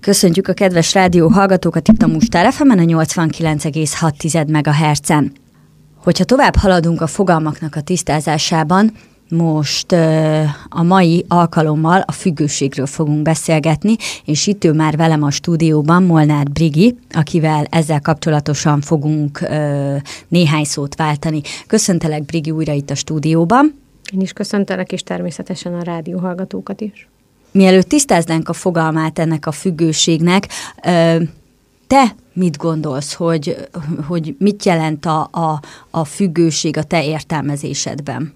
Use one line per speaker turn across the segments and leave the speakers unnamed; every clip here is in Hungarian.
Köszöntjük a kedves rádió hallgatókat itt a Mustár FM-en a 89,6 MHz-en. Hogyha tovább haladunk a fogalmaknak a tisztázásában, most a mai alkalommal a függőségről fogunk beszélgetni, és itt ő már velem a stúdióban Molnár Brigi, akivel ezzel kapcsolatosan fogunk néhány szót váltani. Köszöntelek, Brigi, újra itt a stúdióban.
Én is köszöntelek, és természetesen a rádió hallgatókat is.
Mielőtt tisztáznánk a fogalmát ennek a függőségnek, te mit gondolsz, hogy mit jelent a függőség a te értelmezésedben?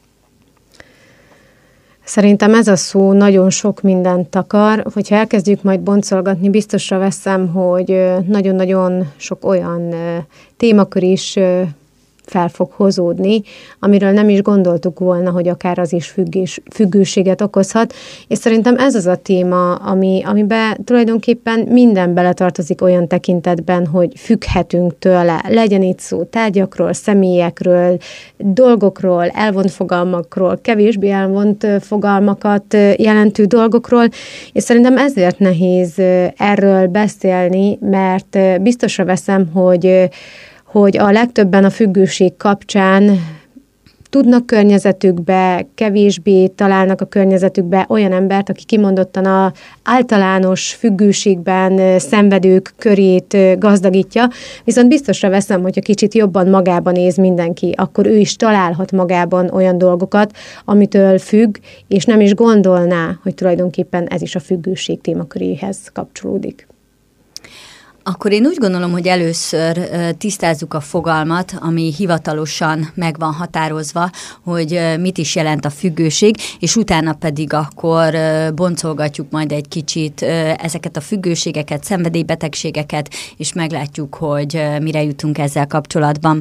Szerintem ez a szó nagyon sok mindent takar. Hogyha elkezdjük majd boncolgatni, biztosra veszem, hogy nagyon-nagyon sok olyan témakör is fel fog hozódni, amiről nem is gondoltuk volna, hogy akár az is függőséget okozhat, és szerintem ez az a téma, amiben tulajdonképpen minden beletartozik olyan tekintetben, hogy függhetünk tőle. Legyen itt szó tárgyakról, személyekről, dolgokról, elvont fogalmakról, kevésbé elvont fogalmakat jelentő dolgokról, és szerintem ezért nehéz erről beszélni, mert biztosra veszem, hogy a legtöbben a függőség kapcsán tudnak környezetükbe, kevésbé találnak a környezetükbe olyan embert, aki kimondottan az általános függőségben szenvedők körét gazdagítja, viszont biztosra veszem, hogyha kicsit jobban magában néz mindenki, akkor ő is találhat magában olyan dolgokat, amitől függ, és nem is gondolná, hogy tulajdonképpen ez is a függőség témaköréhez kapcsolódik.
Akkor én úgy gondolom, hogy először tisztázzuk a fogalmat, ami hivatalosan meg van határozva, hogy mit is jelent a függőség, és utána pedig akkor boncolgatjuk majd egy kicsit ezeket a függőségeket, szenvedélybetegségeket, és meglátjuk, hogy mire jutunk ezzel kapcsolatban.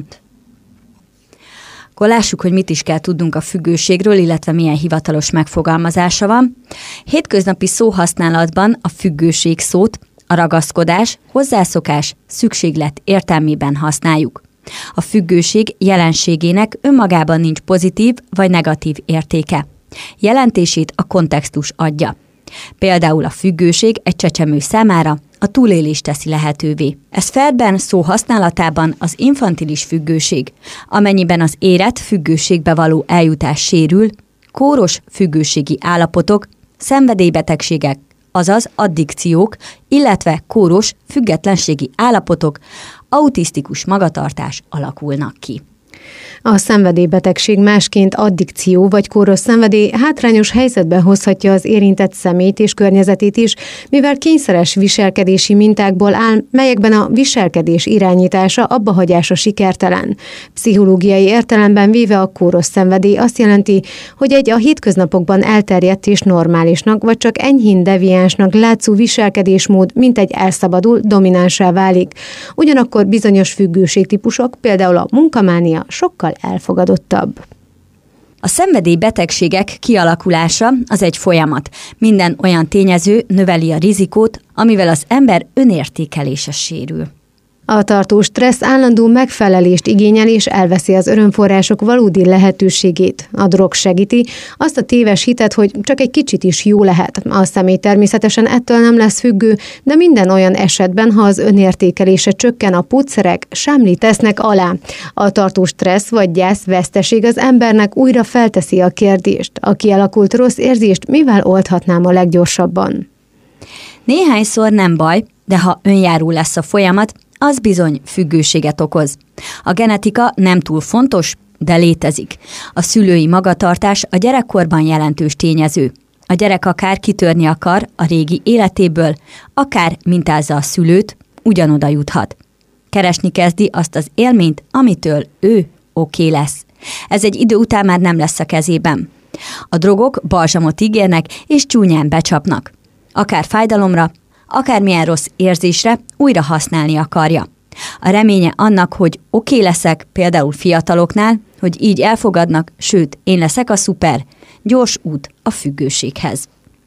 Akkor lássuk, hogy mit is kell tudnunk a függőségről, illetve milyen hivatalos megfogalmazása van. Hétköznapi szóhasználatban a függőség szót a ragaszkodás, hozzászokás, szükséglet értelmében használjuk. A függőség jelenségének önmagában nincs pozitív vagy negatív értéke. Jelentését a kontextus adja. Például a függőség egy csecsemő számára a túlélést teszi lehetővé. Ez Freudben szó használatában az infantilis függőség, amennyiben az érett függőségbe való eljutás sérül, kóros függőségi állapotok, szenvedélybetegségek, azaz addikciók, illetve kóros függetlenségi állapotok, autisztikus magatartás alakulnak ki.
A szenvedélybetegség másként addikció vagy kóros szenvedély hátrányos helyzetbe hozhatja az érintett személyt és környezetét is, mivel kényszeres viselkedési mintákból áll, melyekben a viselkedés irányítása, abbahagyása sikertelen. Pszichológiai értelemben véve a kóros szenvedély azt jelenti, hogy egy a hétköznapokban elterjedt és normálisnak, vagy csak enyhén deviánsnak látszó viselkedésmód mintegy elszabadul, dominánsá válik. Ugyanakkor bizonyos függőségtípusok, például a munkamánia sokkal elfogadottabb.
A szenvedélybetegségek kialakulása az egy folyamat. Minden olyan tényező növeli a rizikót, amivel az ember önértékelése sérül.
A tartós stressz állandó megfelelést igényel és elveszi az örömforrások valódi lehetőségét. A drog segíti azt a téves hitet, hogy csak egy kicsit is jó lehet. A személy természetesen ettől nem lesz függő, de minden olyan esetben, ha az önértékelése csökken, a pótszerek sámli tesznek alá. A tartós stressz vagy gyász, veszteség az embernek újra felteszi a kérdést. A kialakult rossz érzést mivel oldhatnám a leggyorsabban?
Néhányszor nem baj, de ha önjáró lesz a folyamat, az bizony függőséget okoz. A genetika nem túl fontos, de létezik. A szülői magatartás a gyerekkorban jelentős tényező. A gyerek akár kitörni akar a régi életéből, akár mintázza a szülőt, ugyanoda juthat. Keresni kezdi azt az élményt, amitől ő oké lesz. Ez egy idő után már nem lesz a kezében. A drogok balzsamot ígérnek és csúnyán becsapnak. Akár fájdalomra, akármilyen rossz érzésre újra használni akarja. A reménye annak, hogy oké leszek, például fiataloknál, hogy így elfogadnak, sőt, én leszek a szuper, gyors út a függőséghez.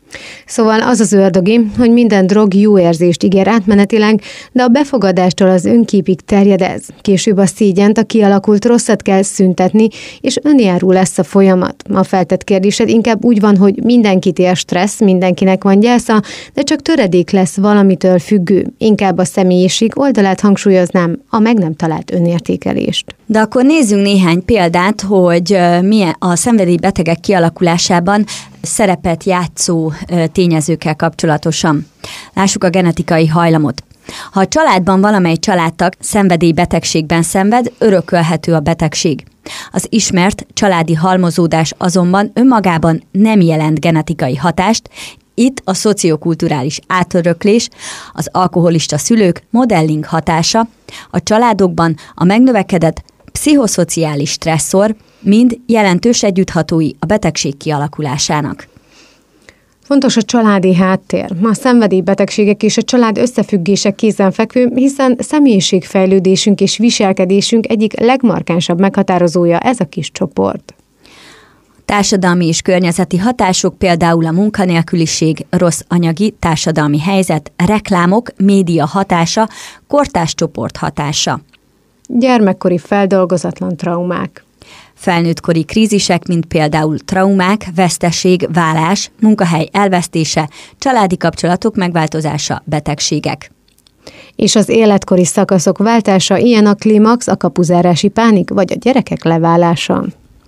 Szóval az az ördögi, hogy minden drog jó érzést ígér átmenetileg, de a befogadástól az önképig terjed ez. Később a szégyent, a kialakult rosszat kell szüntetni, és önjáró lesz a folyamat. A feltett kérdésed inkább úgy van, hogy mindenkit ér stressz, mindenkinek van gyásza, de csak töredék lesz valamitől függő. Inkább a személyiség oldalát hangsúlyoznám, a meg nem talált önértékelést.
De akkor nézzünk néhány példát, hogy milyen a szenvedélybetegek kialakulásában szerepet játszó tényezőkkel kapcsolatosan. Lássuk a genetikai hajlamot. Ha a családban valamely családtag szenvedélybetegségben szenved, örökölhető a betegség. Az ismert családi halmozódás azonban önmagában nem jelent genetikai hatást, itt a szociokulturális átöröklés, az alkoholista szülők modelling hatása, a családokban a megnövekedett pszichoszociális stresszor mind jelentős együtthatói a betegség kialakulásának.
Fontos a családi háttér. A szenvedélybetegségek és a család összefüggése kézenfekvő, hiszen személyiségfejlődésünk és viselkedésünk egyik legmarkánsabb meghatározója ez a kis csoport.
Társadalmi és környezeti hatások, például a munkanélküliség, rossz anyagi, társadalmi helyzet, reklámok, média hatása, kortárs csoport hatása.
Gyermekkori feldolgozatlan traumák.
Felnőttkori krízisek, mint például traumák, veszteség, válás, munkahely elvesztése, családi kapcsolatok megváltozása, betegségek.
És az életkori szakaszok váltása, ilyen a klímax, a kapuzárási pánik, vagy a gyerekek leválása.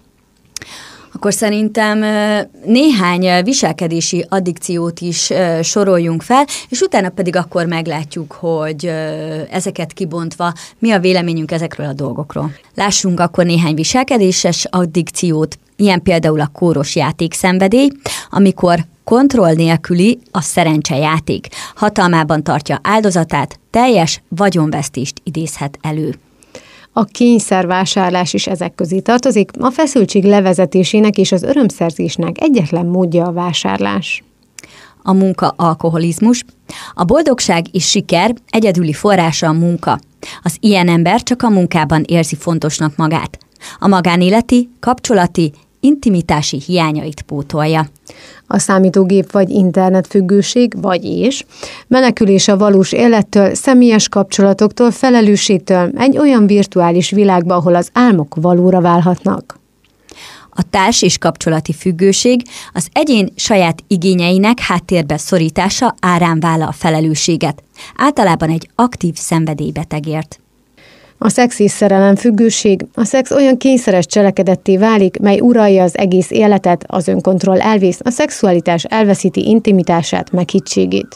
Akkor szerintem néhány viselkedési addikciót is soroljunk fel, és utána pedig akkor meglátjuk, hogy ezeket kibontva mi a véleményünk ezekről a dolgokról. Lássunk akkor néhány viselkedéses addikciót, ilyen például a kóros játékszenvedély, amikor kontroll nélküli a szerencsejáték. Hatalmában tartja áldozatát, teljes vagyonvesztést idézhet elő.
A kényszervásárlás is ezek közé tartozik, a feszültség levezetésének és az örömszerzésnek egyetlen módja a vásárlás.
A munka-alkoholizmus. A boldogság és siker egyedüli forrása a munka. Az ilyen ember csak a munkában érzi fontosnak magát. A magánéleti, kapcsolati, intimitási hiányait pótolja.
A számítógép vagy internetfüggőség, vagyis menekülés a valós élettől, személyes kapcsolatoktól, felelősségtől egy olyan virtuális világba, ahol az álmok valóra válhatnak.
A társ- és kapcsolati függőség az egyén saját igényeinek háttérbe szorítása árán vállal a felelősséget, általában egy aktív szenvedélybetegért.
A szex és szerelem függőség. A szex olyan kényszeres cselekedetté válik, mely uralja az egész életet, az önkontroll elvész, a szexualitás elveszíti intimitását, meghittségét.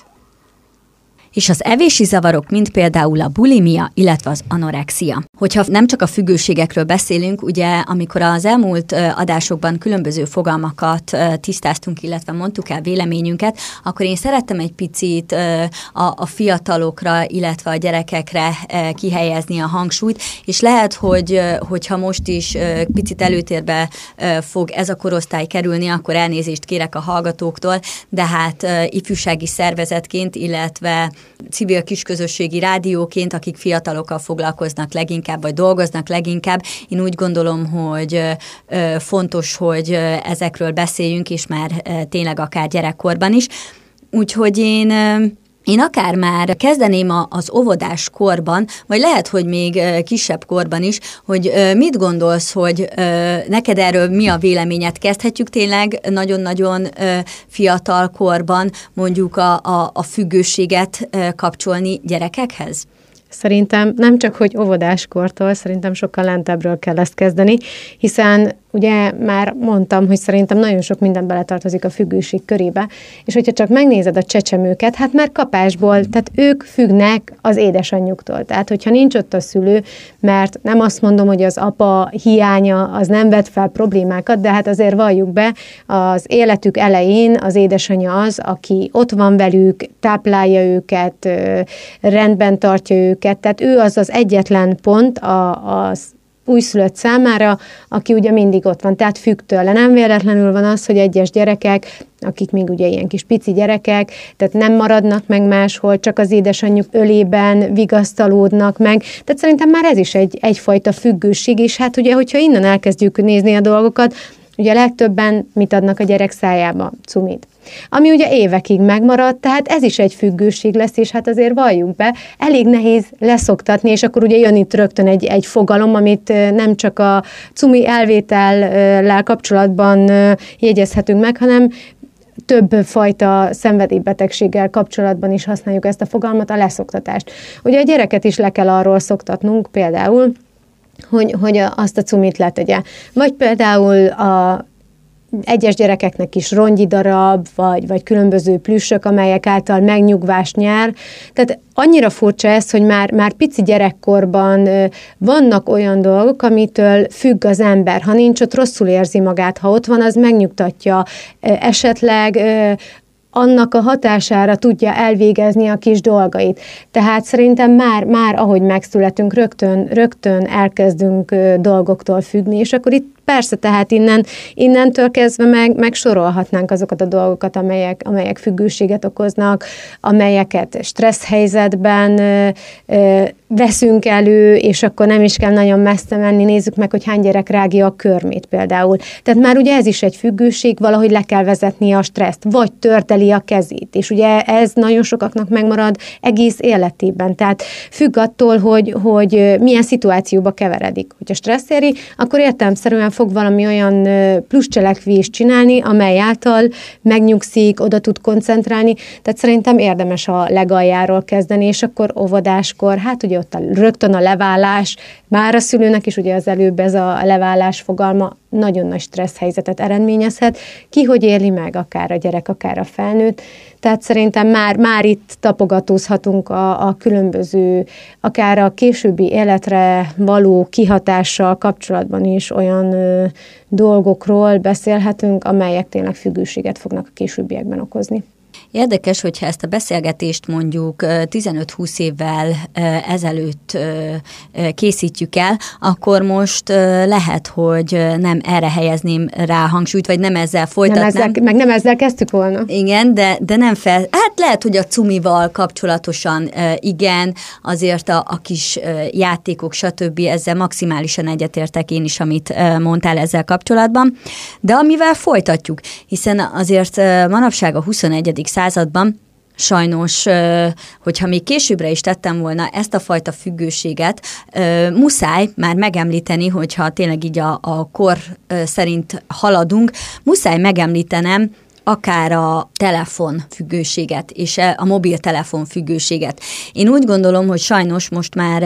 És az evési zavarok, mint például a bulimia, illetve az anorexia. Hogyha nem csak a függőségekről beszélünk, ugye amikor az elmúlt adásokban különböző fogalmakat tisztáztunk, illetve mondtuk el véleményünket, akkor én szerettem egy picit a fiatalokra, illetve a gyerekekre kihelyezni a hangsúlyt, és lehet, hogyha most is picit előtérbe fog ez a korosztály kerülni, akkor elnézést kérek a hallgatóktól, de hát ifjúsági szervezetként, illetve civil kisközösségi rádióként, akik fiatalokkal foglalkoznak leginkább, vagy dolgoznak leginkább. Én úgy gondolom, hogy fontos, hogy ezekről beszéljünk, és már tényleg akár gyerekkorban is. Úgyhogy én akár már kezdeném az óvodás korban, vagy lehet, hogy még kisebb korban is, hogy mit gondolsz, hogy neked erről mi a véleményed? Kezdhetjük tényleg nagyon-nagyon fiatal korban mondjuk a függőséget kapcsolni gyerekekhez?
Szerintem nem csak, hogy óvodáskortól, szerintem sokkal lentebbről kell ezt kezdeni, hiszen ugye már mondtam, hogy szerintem nagyon sok minden beletartozik a függőség körébe, és hogyha csak megnézed a csecsemőket, hát már kapásból, tehát ők függnek az édesanyjuktól. Tehát, hogyha nincs ott a szülő, mert nem azt mondom, hogy az apa hiánya az nem vet fel problémákat, de hát azért valljuk be, az életük elején az édesanyja az, aki ott van velük, táplálja őket, rendben tartja őket, tehát ő az az egyetlen pont az újszülött számára, aki ugye mindig ott van, tehát függ tőle. Nem véletlenül van az, hogy egyes gyerekek, akik még ugye ilyen kis pici gyerekek, tehát nem maradnak meg máshol, csak az édesanyjuk ölében vigasztalódnak meg. Tehát szerintem már ez is egyfajta függőség, és hát ugye, hogyha innen elkezdjük nézni a dolgokat, Ugye legtöbben mit adnak a gyerek szájába? Cumit. Ami ugye évekig megmaradt, tehát ez is egy függőség lesz, és hát azért valljuk be, elég nehéz leszoktatni, és akkor ugye jön itt rögtön egy fogalom, amit nem csak a cumi elvétellel kapcsolatban jegyezhetünk meg, hanem több fajta szenvedélybetegséggel kapcsolatban is használjuk ezt a fogalmat, a leszoktatást. Ugye a gyereket is le kell arról szoktatnunk például, hogy azt a cumit letegye. Vagy például egyes gyerekeknek is rongyidarab, vagy különböző plüssök, amelyek által megnyugvást nyer. Tehát annyira furcsa ez, hogy már pici gyerekkorban vannak olyan dolgok, amitől függ az ember. Ha nincs ott, rosszul érzi magát, ha ott van, az megnyugtatja. Esetleg annak a hatására tudja elvégezni a kis dolgait. Tehát szerintem már ahogy megszületünk, rögtön elkezdünk dolgoktól függni, és akkor itt persze, tehát innentől kezdve meg sorolhatnánk azokat a dolgokat, amelyek függőséget okoznak, amelyeket stressz helyzetben veszünk elő, és akkor nem is kell nagyon messze menni, nézzük meg, hogy hány gyerek rágja a körmét például. Tehát már ugye ez is egy függőség, valahogy le kell vezetni a stresszt, vagy törteli a kezét, és ugye ez nagyon sokaknak megmarad egész életében. Tehát függ attól, hogy milyen szituációba keveredik. Hogyha stressz éri, akkor értelemszerűen fog valami olyan plusz cselekvést csinálni, amely által megnyugszik, oda tud koncentrálni. Tehát szerintem érdemes a legaljáról kezdeni, és akkor óvodáskor, hát ugye ott rögtön a leválás, már a szülőnek is ugye az előbb ez a leválás fogalma nagyon nagy stressz helyzetet eredményezhet. Ki hogy éli meg, akár a gyerek, akár a felnőtt. Tehát szerintem már itt tapogatózhatunk a különböző, akár a későbbi életre való kihatással kapcsolatban is olyan dolgokról beszélhetünk, amelyek tényleg függőséget fognak a későbbiekben okozni.
Érdekes, hogyha ezt a beszélgetést mondjuk 15-20 évvel ezelőtt készítjük el, akkor most lehet, hogy nem erre helyezném rá a hangsúlyt, vagy nem ezzel folytatnám.
Nem ezzel kezdtük volna.
Igen, de nem hát lehet, hogy a cumival kapcsolatosan igen, azért a kis játékok, stb. Ezzel maximálisan egyetértek én is, amit mondtál ezzel kapcsolatban, de amivel folytatjuk, hiszen azért manapság a 21. században sajnos, hogyha még későbbre is tettem volna ezt a fajta függőséget, muszáj már megemlíteni, hogyha tényleg így a kor szerint haladunk, muszáj megemlítenem akár a telefonfüggőséget és a mobiltelefon függőséget. Én úgy gondolom, hogy sajnos most már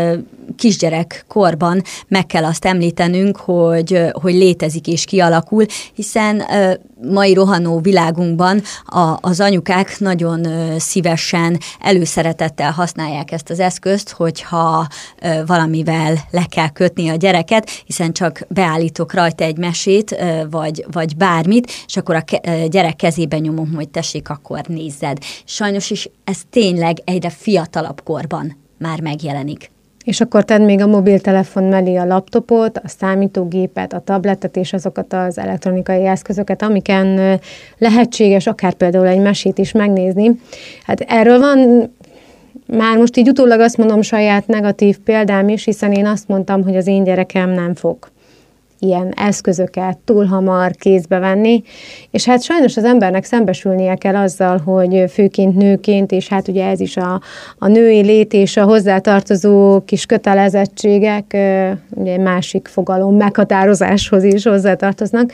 kisgyerek korban meg kell azt említenünk, hogy létezik és kialakul, hiszen mai rohanó világunkban az anyukák nagyon szívesen, előszeretettel használják ezt az eszközt, hogyha valamivel le kell kötni a gyereket, hiszen csak beállítok rajta egy mesét, vagy bármit, és akkor a gyerek kezébe nyomom, hogy tessék, akkor nézzed. Sajnos is ez tényleg egyre fiatalabb korban már megjelenik.
És akkor tedd még a mobiltelefon mellé a laptopot, a számítógépet, a tabletet és azokat az elektronikai eszközöket, amiken lehetséges akár például egy mesét is megnézni. Hát erről van már most így utólag azt mondom saját negatív példám is, hiszen én azt mondtam, hogy az én gyerekem nem fog ilyen eszközöket túl hamar kézbe venni, és hát sajnos az embernek szembesülnie kell azzal, hogy főként nőként, és hát ugye ez is a női lét és a hozzátartozó kis kötelezettségek, ugye másik fogalom meghatározáshoz is hozzátartoznak.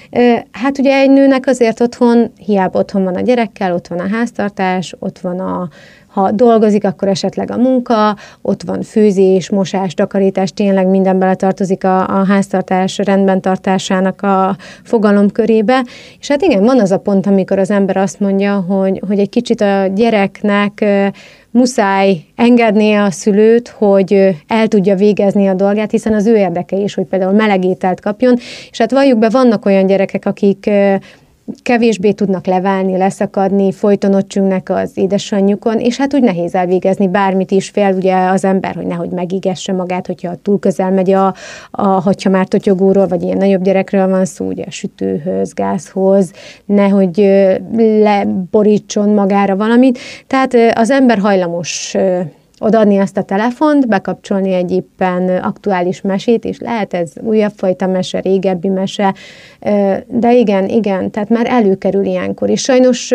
Hát ugye egy nőnek azért hiába otthon van a gyerekkel, ott van a háztartás, ott van ha dolgozik, akkor esetleg a munka, ott van főzés, mosás, takarítás, tényleg minden beletartozik a háztartás rendben tartásának a fogalomkörébe. És hát igen, van az a pont, amikor az ember azt mondja, hogy egy kicsit a gyereknek muszáj engednie a szülőt, hogy el tudja végezni a dolgát, hiszen az ő érdeke is, hogy például meleg ételt kapjon. És hát valljuk be, vannak olyan gyerekek, akik kevésbé tudnak leválni, leszakadni, folyton ott csüngnek az édesanyjukon, és hát úgy nehéz elvégezni, bármit is fél ugye az ember, hogy nehogy megigesse magát, hogyha túl közel megy hogyha már totyogóról, vagy ilyen nagyobb gyerekről van szó, ugye sütőhöz, gázhoz, nehogy leborítson magára valamit. Tehát az ember hajlamos odaadni azt a telefont, bekapcsolni egy éppen aktuális mesét, és lehet ez újabb fajta mese, régebbi mese, de igen, tehát már előkerül ilyenkor, és sajnos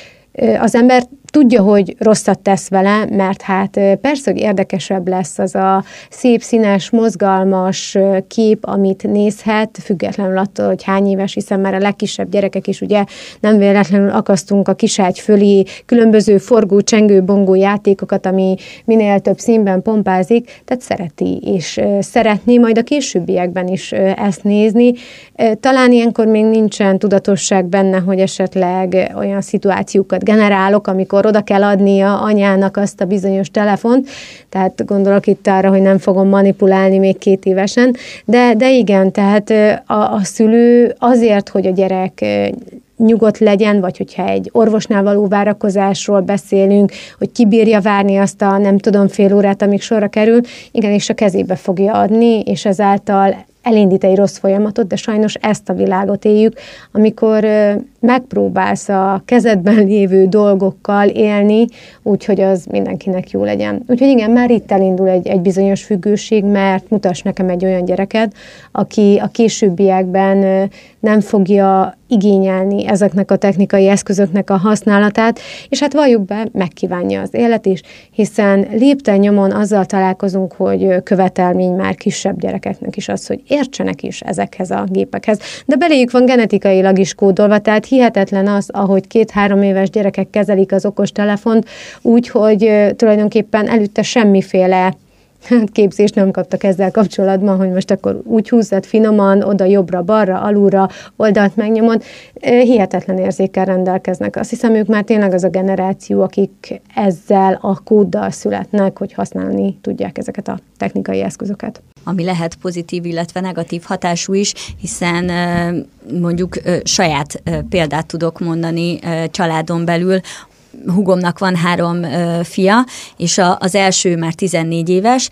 az ember tudja, hogy rosszat tesz vele, mert hát persze, hogy érdekesebb lesz az a szép, színes, mozgalmas kép, amit nézhet, függetlenül attól, hogy hány éves, hiszen már a legkisebb gyerekek is ugye nem véletlenül akasztunk a kiságy fölé különböző forgó, csengő, bongó játékokat, ami minél több színben pompázik, tehát szereti, és szeretné majd a későbbiekben is ezt nézni. Talán ilyenkor még nincsen tudatosság benne, hogy esetleg olyan szituációkat generálok, amikor oda kell adnia anyának azt a bizonyos telefont, tehát gondolok itt arra, hogy nem fogom manipulálni még 2 évesen, de igen, tehát a szülő azért, hogy a gyerek nyugodt legyen, vagy hogyha egy orvosnál való várakozásról beszélünk, hogy kibírja várni azt a nem tudom fél órát, amíg sorra kerül, igenis a kezébe fogja adni, és ezáltal elindít egy rossz folyamatot, de sajnos ezt a világot éljük, amikor megpróbálsz a kezedben lévő dolgokkal élni, úgyhogy az mindenkinek jó legyen. Úgyhogy igen, már itt elindul egy bizonyos függőség, mert mutass nekem egy olyan gyereket, aki a későbbiekben nem fogja igényelni ezeknek a technikai eszközöknek a használatát, és hát valljuk be, megkívánja az élet is, hiszen lépten nyomon azzal találkozunk, hogy követelmény már kisebb gyerekeknek is az, hogy értsenek is ezekhez a gépekhez. De beléjük van genetikailag is kódolva, tehát hihetetlen az, ahogy 2-3 éves gyerekek kezelik az okostelefont, úgyhogy tulajdonképpen előtte semmiféle képzést nem kaptak ezzel kapcsolatban, hogy most akkor úgy húzzad finoman, oda jobbra-balra, alulra, oldalt megnyomod. Hihetetlen érzékkel rendelkeznek. Azt hiszem, ők már tényleg az a generáció, akik ezzel a kóddal születnek, hogy használni tudják ezeket a technikai eszközöket.
Ami lehet pozitív, illetve negatív hatású is, hiszen mondjuk saját példát tudok mondani családon belül. Húgomnak van 3 fia, és az első már 14 éves,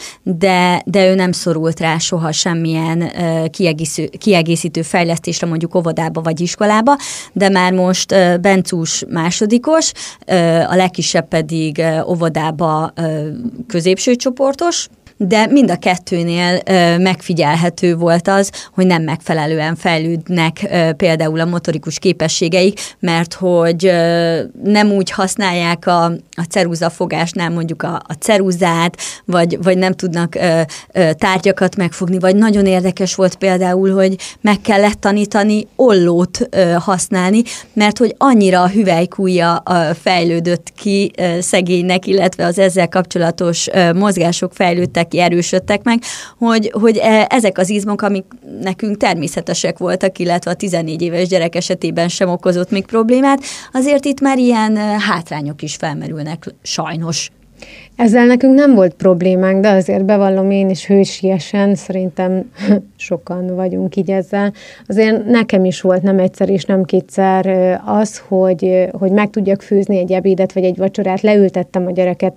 de ő nem szorult rá soha semmilyen kiegészítő fejlesztésre, mondjuk óvodába vagy iskolába, de már most bencús másodikos, a legkisebb pedig óvodába középső csoportos, de mind a kettőnél megfigyelhető volt az, hogy nem megfelelően fejlődnek például a motorikus képességeik, mert hogy nem úgy használják a ceruzafogásnál mondjuk a ceruzát, vagy nem tudnak tárgyakat megfogni, vagy nagyon érdekes volt például, hogy meg kellett tanítani ollót használni, mert hogy annyira a hüvelykújja fejlődött ki szegénynek, illetve az ezzel kapcsolatos mozgások fejlődtek ki, erősödtek meg, hogy ezek az izmok, amik nekünk természetesek voltak, illetve a 14 éves gyerek esetében sem okozott még problémát, azért itt már ilyen hátrányok is felmerülnek sajnos.
Ezzel nekünk nem volt problémánk, de azért bevallom én is hősiesen, szerintem sokan vagyunk így ezzel. Azért nekem is volt nem egyszer és nem kétszer az, hogy meg tudjak főzni egy ebédet vagy egy vacsorát, leültettem a gyereket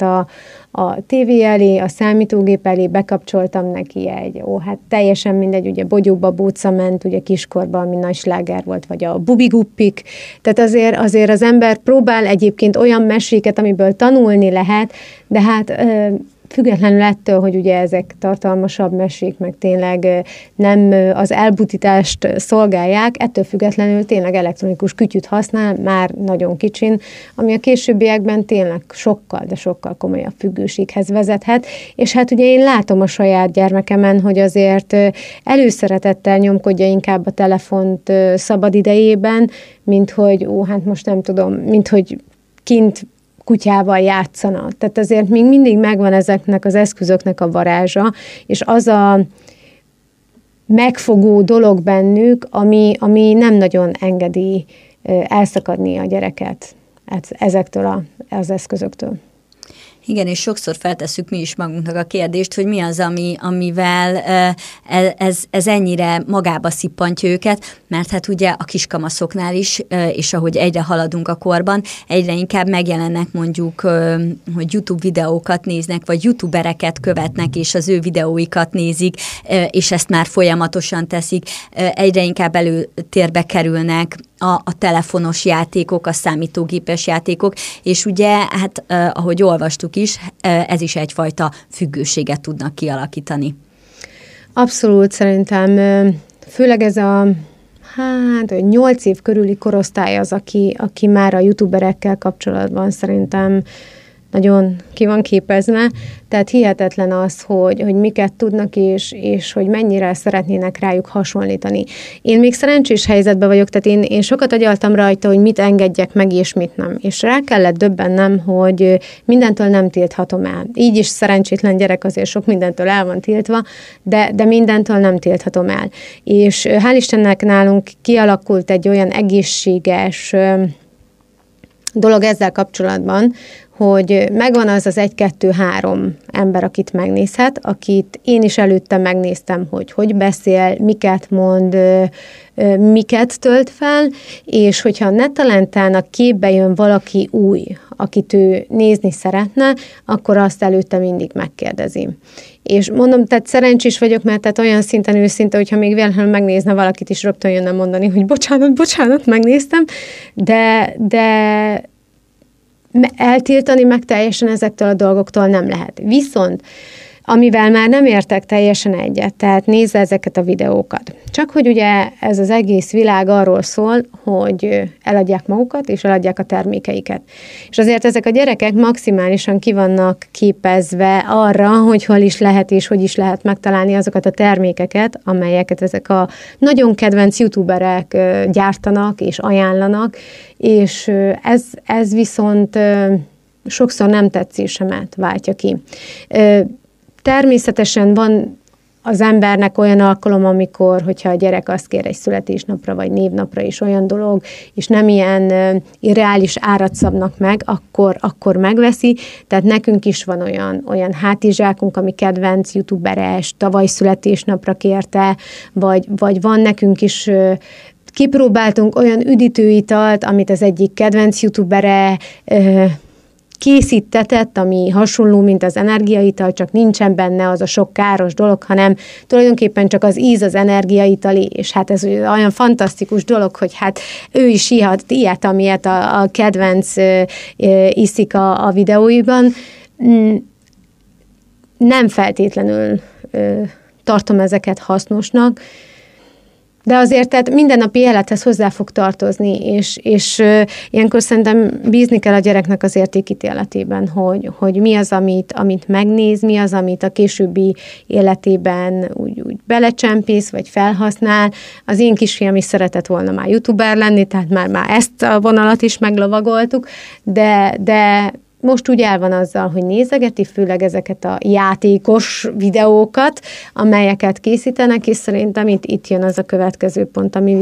a tévé elé, a számítógép elé, bekapcsoltam neki hát teljesen mindegy, ugye Bogyóba Bóca ment, ugye kiskorban, ami nagy sláger volt, vagy a Bubiguppik, tehát azért az ember próbál egyébként olyan meséket, amiből tanulni lehet, de hát függetlenül ettől, hogy ugye ezek tartalmasabb mesék, meg tényleg nem az elbutítást szolgálják, ettől függetlenül tényleg elektronikus kütyüt használ, már nagyon kicsin, ami a későbbiekben tényleg sokkal, de sokkal komolyabb függőséghez vezethet, és hát ugye én látom a saját gyermekemen, hogy azért előszeretettel nyomkodja inkább a telefont szabad idejében, mint hogy hát most nem tudom, mint hogy kint kutyával játszana. Tehát azért még mindig megvan ezeknek az eszközöknek a varázsa, és az a megfogó dolog bennük, ami nem nagyon engedi elszakadni a gyereket ezektől az eszközöktől.
Igen, és sokszor feltesszük mi is magunknak a kérdést, hogy mi az, amivel ez ennyire magába szippantja őket, mert hát ugye a kiskamaszoknál is, és ahogy egyre haladunk a korban, egyre inkább megjelennek mondjuk, hogy YouTube videókat néznek, vagy youtubereket követnek, és az ő videóikat nézik, és ezt már folyamatosan teszik, egyre inkább előtérbe kerülnek a telefonos játékok, a számítógépes játékok, és ugye, hát ahogy olvastuk is, ez is egyfajta függőséget tudnak kialakítani.
Abszolút, szerintem főleg ez a 8 év körüli korosztály az, aki már a youtuberekkel kapcsolatban szerintem nagyon ki van képezve, tehát hihetetlen az, hogy miket tudnak, és hogy mennyire szeretnének rájuk hasonlítani. Én még szerencsés helyzetben vagyok, tehát én sokat agyaltam rajta, hogy mit engedjek meg, és mit nem. És rá kellett döbbennem, hogy mindentől nem tilthatom el. Így is szerencsétlen gyerek azért sok mindentől el van tiltva, de mindentől nem tilthatom el. És hál' Istennek nálunk kialakult egy olyan egészséges dolog ezzel kapcsolatban, hogy megvan az 1-2-3 ember, akit megnézhet, akit én is előtte megnéztem, hogy beszél, miket mond, miket tölt fel, és hogyha netalentának képbe jön valaki új, akit ő nézni szeretne, akkor azt előtte mindig megkérdezi. És mondom, tehát szerencsés vagyok, mert tehát olyan szinten őszinte, hogyha még véletlenül megnézne valakit is, rögtön jönne mondani, hogy bocsánat, megnéztem, de eltiltani meg teljesen ezektől a dolgoktól nem lehet. Viszont, amivel már nem értek teljesen egyet, tehát nézze ezeket a videókat. Csak hogy ugye ez az egész világ arról szól, hogy eladják magukat, és eladják a termékeiket. És azért ezek a gyerekek maximálisan ki vannak képezve arra, hogy hol is lehet, és hogy is lehet megtalálni azokat a termékeket, amelyeket ezek a nagyon kedvenc youtuberek gyártanak és ajánlanak, és ez viszont sokszor nem tetszésemet váltja ki. Természetesen van az embernek olyan alkalom, amikor, hogyha a gyerek azt kér egy születésnapra, vagy névnapra is olyan dolog, és nem ilyen irreális árat szabnak meg, akkor megveszi. Tehát nekünk is van olyan hátizsákunk, ami kedvenc youtuberes, tavaly születésnapra kérte, vagy van nekünk is, kipróbáltunk olyan üdítőitalt, amit az egyik kedvenc youtubere készítetett, ami hasonló, mint az energiaital, csak nincsen benne az a sok káros dolog, hanem tulajdonképpen csak az íz az energiaitali, és hát ez olyan fantasztikus dolog, hogy hát ő is ilyet, amilyet a kedvenc iszik a videóiban. Nem feltétlenül tartom ezeket hasznosnak, de azért tehát mindennapi élethez hozzá fog tartozni, és ilyenkor szerintem bízni kell a gyereknek az értékítéletében, hogy mi az, amit megnéz, mi az, amit a későbbi életében úgy belecsempész, vagy felhasznál. Az én kisfiam is szeretett volna már youtuber lenni, tehát már ezt a vonalat is meglovagoltuk, de most úgy el van azzal, hogy nézegeti, főleg ezeket a játékos videókat, amelyeket készítenek, és szerintem itt jön az a következő pont, ami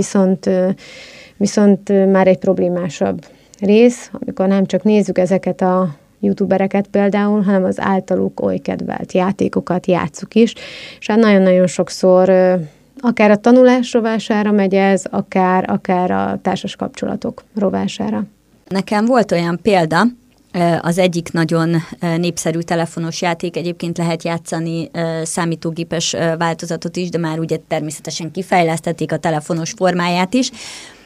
viszont már egy problémásabb rész, amikor nem csak nézzük ezeket a youtubereket például, hanem az általuk oly kedvelt játékokat játsszuk is, és hát nagyon-nagyon sokszor akár a tanulás rovására megy ez, akár a társas kapcsolatok rovására.
Nekem volt olyan példa, az egyik nagyon népszerű telefonos játék, egyébként lehet játszani számítógépes változatot is, de már ugye természetesen kifejlesztették a telefonos formáját is.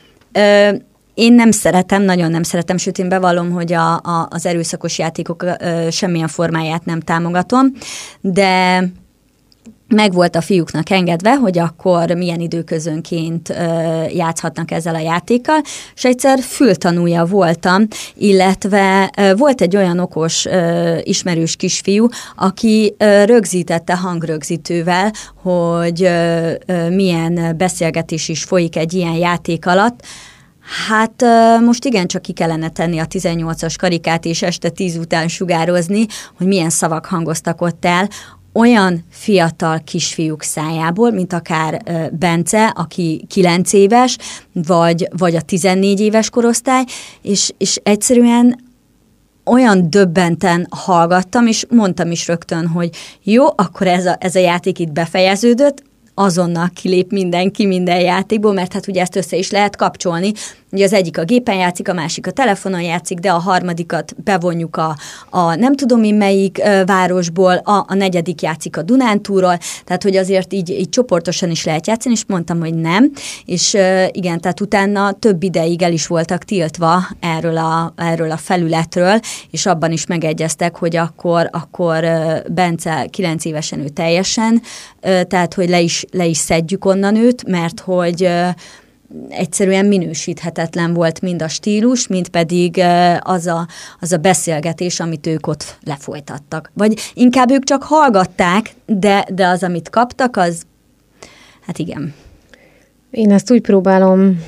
Én nagyon nem szeretem, sőt én bevallom, hogy az erőszakos játékok semmilyen formáját nem támogatom, de meg volt a fiúknak engedve, hogy akkor milyen időközönként játszhatnak ezzel a játékkal, és egyszer fültanúja voltam, illetve volt egy olyan okos ismerős kisfiú, aki rögzítette hangrögzítővel, hogy milyen beszélgetés is folyik egy ilyen játék alatt. Hát most igencsak ki kellene tenni a 18-as karikát, és este 10 után sugározni, hogy milyen szavak hangoztak ott el, olyan fiatal kisfiúk szájából, mint akár Bence, aki 9 éves, vagy a 14 éves korosztály, és egyszerűen olyan döbbenten hallgattam, és mondtam is rögtön, hogy jó, akkor ez a játék itt befejeződött, azonnal kilép mindenki minden játékból, mert hát ugye ezt össze is lehet kapcsolni, Ugye az egyik a gépen játszik, a másik a telefonon játszik, de a harmadikat bevonjuk a nem tudom én melyik városból, a negyedik játszik a Dunántúról, tehát hogy azért így csoportosan is lehet játszani, és mondtam, hogy nem, és igen, tehát utána több ideig el is voltak tiltva erről a felületről, és abban is megegyeztek, hogy akkor Bence 9 évesen ő teljesen, tehát hogy le is szedjük onnan őt, mert hogy egyszerűen minősíthetetlen volt mind a stílus, mind pedig az a beszélgetés, amit ők ott lefolytattak. Vagy inkább ők csak hallgatták, de az, amit kaptak, az, hát igen.
Én ezt úgy próbálom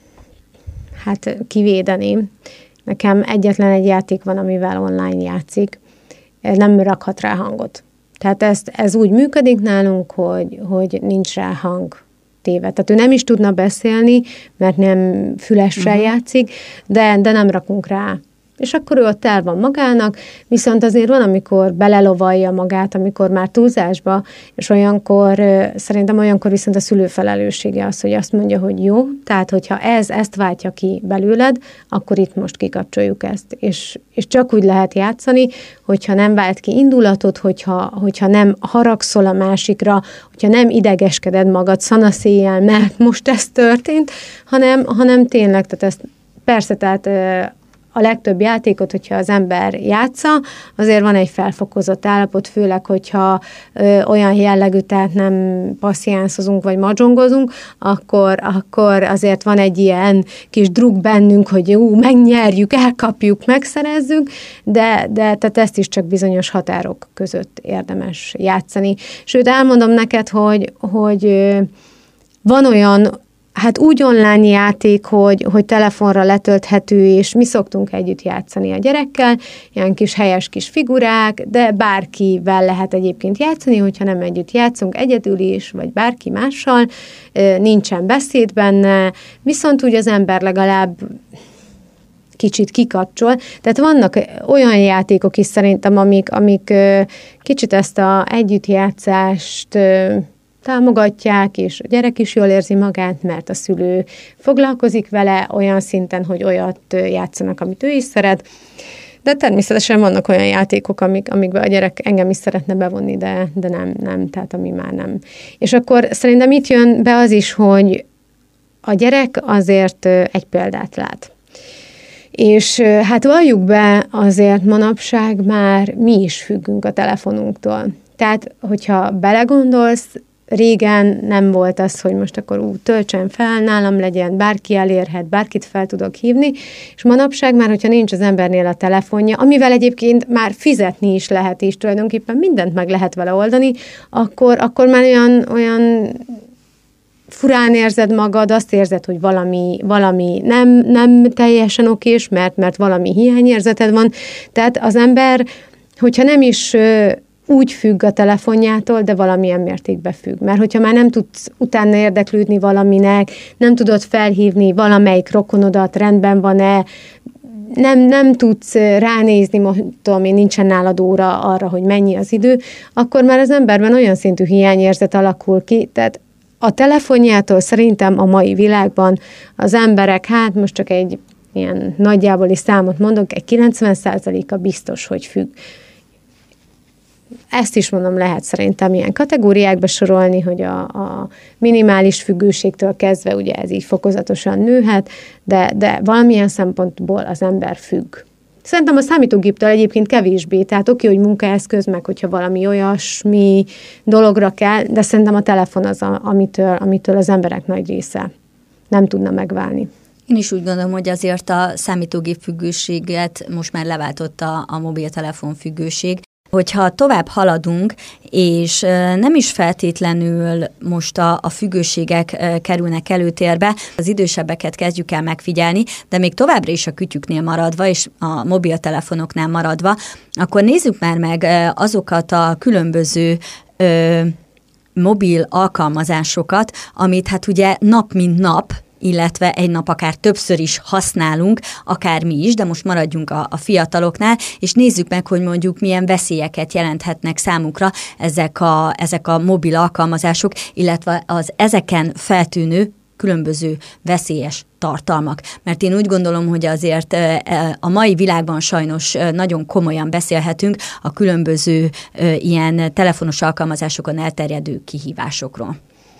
kivédeni. Nekem egyetlen egy játék van, amivel online játszik. Nem rakhat rá hangot. Tehát ez úgy működik nálunk, hogy nincs rá hang téve. Tehát ő nem is tudna beszélni, mert nem fülessel játszik, de nem rakunk rá. És akkor ő ott el van magának, viszont azért van, amikor belelovalja magát, amikor már túlzásba, és szerintem olyankor viszont a szülő felelőssége az, hogy azt mondja, hogy jó, tehát hogyha ezt váltja ki belőled, akkor itt most kikapcsoljuk ezt. És csak úgy lehet játszani, hogyha nem vált ki indulatot, hogyha nem haragszol a másikra, hogyha nem idegeskeded magad szanaszéjjel, mert most ez történt, hanem tényleg, tehát ezt persze, tehát a legtöbb játékot, hogyha az ember játsza, azért van egy felfokozott állapot, főleg, hogyha olyan jellegű, tehát nem passziánszozunk vagy mahjongozunk, akkor azért van egy ilyen kis druk bennünk, hogy megnyerjük, elkapjuk, megszerezzük, de tehát ezt is csak bizonyos határok között érdemes játszani. Sőt, elmondom neked, hogy van olyan úgy online játék, hogy telefonra letölthető, és mi szoktunk együtt játszani a gyerekkel, ilyen kis helyes kis figurák, de bárkivel lehet egyébként játszani, hogyha nem együtt játszunk, egyedül is, vagy bárki mással, nincsen beszéd benne, viszont úgy az ember legalább kicsit kikapcsol. Tehát vannak olyan játékok is szerintem, amik kicsit ezt az együttjátszást támogatják, és a gyerek is jól érzi magát, mert a szülő foglalkozik vele olyan szinten, hogy olyat játszanak, amit ő is szeret. De természetesen vannak olyan játékok, amikben a gyerek engem is szeretne bevonni, de nem, tehát ami már nem. És akkor szerintem itt jön be az is, hogy a gyerek azért egy példát lát. És valljuk be, azért manapság már mi is függünk a telefonunktól. Tehát, hogyha belegondolsz, régen nem volt az, hogy most akkor töltsen fel, nálam legyen, bárki elérhet, bárkit fel tudok hívni, és manapság már, hogyha nincs az embernél a telefonja, amivel egyébként már fizetni is lehet, és tulajdonképpen mindent meg lehet vele oldani, akkor már olyan furán érzed magad, azt érzed, hogy valami nem teljesen okés, mert valami hiányérzeted van. Tehát az ember, hogyha nem is úgy függ a telefonjától, de valamilyen mértékben függ. Mert hogyha már nem tudsz utána érdeklődni valaminek, nem tudod felhívni valamelyik rokonodat, rendben van-e, nem tudsz ránézni, tudom én, nincsen nálad óra arra, hogy mennyi az idő, akkor már az emberben olyan szintű hiányérzet alakul ki, tehát a telefonjától szerintem a mai világban az emberek, most csak egy ilyen nagyjáboli számot mondok, egy 90%-a biztos, hogy függ. Ezt is mondom, lehet szerintem ilyen kategóriákba sorolni, hogy a minimális függőségtől kezdve, ugye ez így fokozatosan nőhet, de valamilyen szempontból az ember függ. Szerintem a számítógéptől egyébként kevésbé, tehát oké, hogy munkaeszköz, meg hogyha valami olyasmi dologra kell, de szerintem a telefon az, amitől az emberek nagy része nem tudna megválni.
Én is úgy gondolom, hogy azért a számítógép függőséget most már leváltotta a mobiltelefon függőség. Hogyha tovább haladunk, és nem is feltétlenül most a függőségek kerülnek előtérbe, az idősebbeket kezdjük el megfigyelni, de még továbbra is a kütyüknél maradva, és a mobiltelefonoknál maradva, akkor nézzük már meg azokat a különböző mobil alkalmazásokat, amit hát ugye nap mint nap, illetve egy nap akár többször is használunk, akár mi is, de most maradjunk a fiataloknál, és nézzük meg, hogy mondjuk milyen veszélyeket jelenthetnek számukra ezek a mobil alkalmazások, illetve az ezeken feltűnő különböző veszélyes tartalmak. Mert én úgy gondolom, hogy azért a mai világban sajnos nagyon komolyan beszélhetünk a különböző ilyen telefonos alkalmazásokon elterjedő kihívásokról.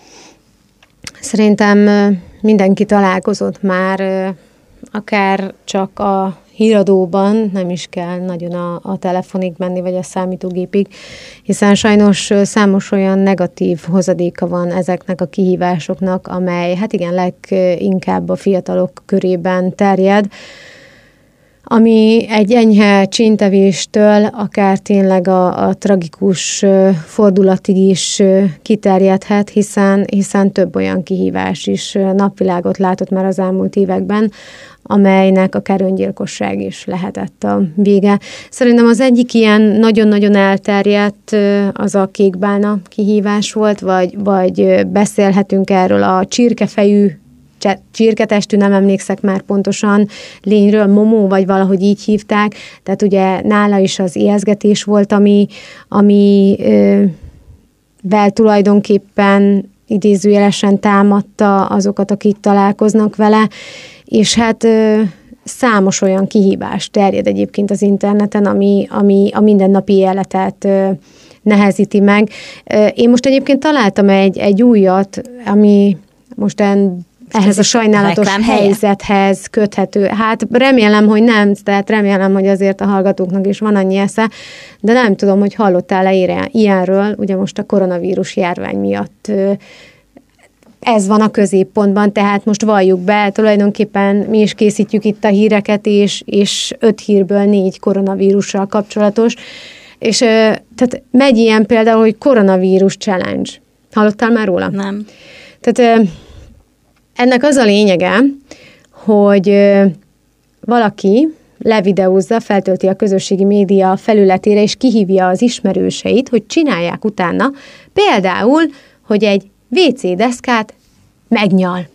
Szerintem mindenki találkozott már, akár csak a híradóban, nem is kell nagyon a telefonig menni, vagy a számítógépig, hiszen sajnos számos olyan negatív hozadéka van ezeknek a kihívásoknak, amely hát igen, leginkább a fiatalok körében terjed, ami egy enyhe csintevéstől akár tényleg a tragikus fordulatig is kiterjedhet, hiszen több olyan kihívás is napvilágot látott már az elmúlt években, amelynek akár öngyilkosság is lehetett a vége. Szerintem az egyik ilyen nagyon-nagyon elterjedt az a kékbálna kihívás volt, vagy beszélhetünk erről a csirkefejű, csirketestű, nem emlékszek már pontosan lényről, Momó, vagy valahogy így hívták, tehát ugye nála is az ijeszgetés volt, amivel tulajdonképpen idézőjelesen támadta azokat, akik találkoznak vele, és hát számos olyan kihívás terjed egyébként az interneten, ami a mindennapi életet nehezíti meg. Én most egyébként találtam egy újat, ami most ehhez a sajnálatos helyzethez köthető. Hát remélem, hogy nem, tehát remélem, hogy azért a hallgatóknak is van annyi esze, de nem tudom, hogy hallottál-e ilyenről, ugye most a koronavírus járvány miatt ez van a középpontban, tehát most valljuk be, tulajdonképpen mi is készítjük itt a híreket, és 5 hírből 4 koronavírussal kapcsolatos, és tehát megy ilyen például, hogy koronavírus challenge. Hallottál már róla?
Nem.
Tehát ennek az a lényege, hogy valaki levideózza, feltölti a közösségi média felületére, és kihívja az ismerőseit, hogy csinálják utána például, hogy egy WC deszkát megnyal.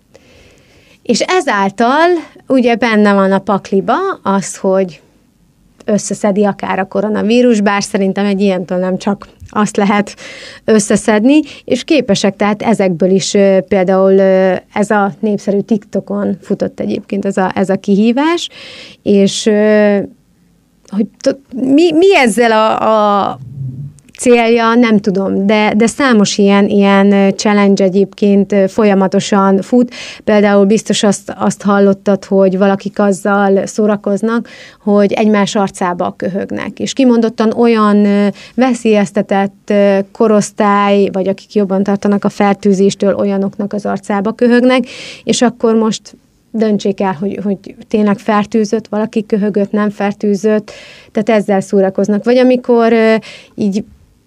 És ezáltal ugye benne van a pakliba az, hogy összeszedi akár a koronavírus, bár szerintem egy ilyentől nem csak azt lehet összeszedni, és képesek, tehát ezekből is például ez a népszerű TikTokon futott egyébként ez a kihívás, és hogy mi ezzel a célja, nem tudom, de számos ilyen challenge egyébként folyamatosan fut. Például biztos azt hallottad, hogy valakik azzal szórakoznak, hogy egymás arcába köhögnek. És kimondottan olyan veszélyeztetett korosztály, vagy akik jobban tartanak a fertőzéstől, olyanoknak az arcába köhögnek, és akkor most döntsék el, hogy tényleg fertőzött, valaki köhögött, nem fertőzött, tehát ezzel szórakoznak. Vagy amikor így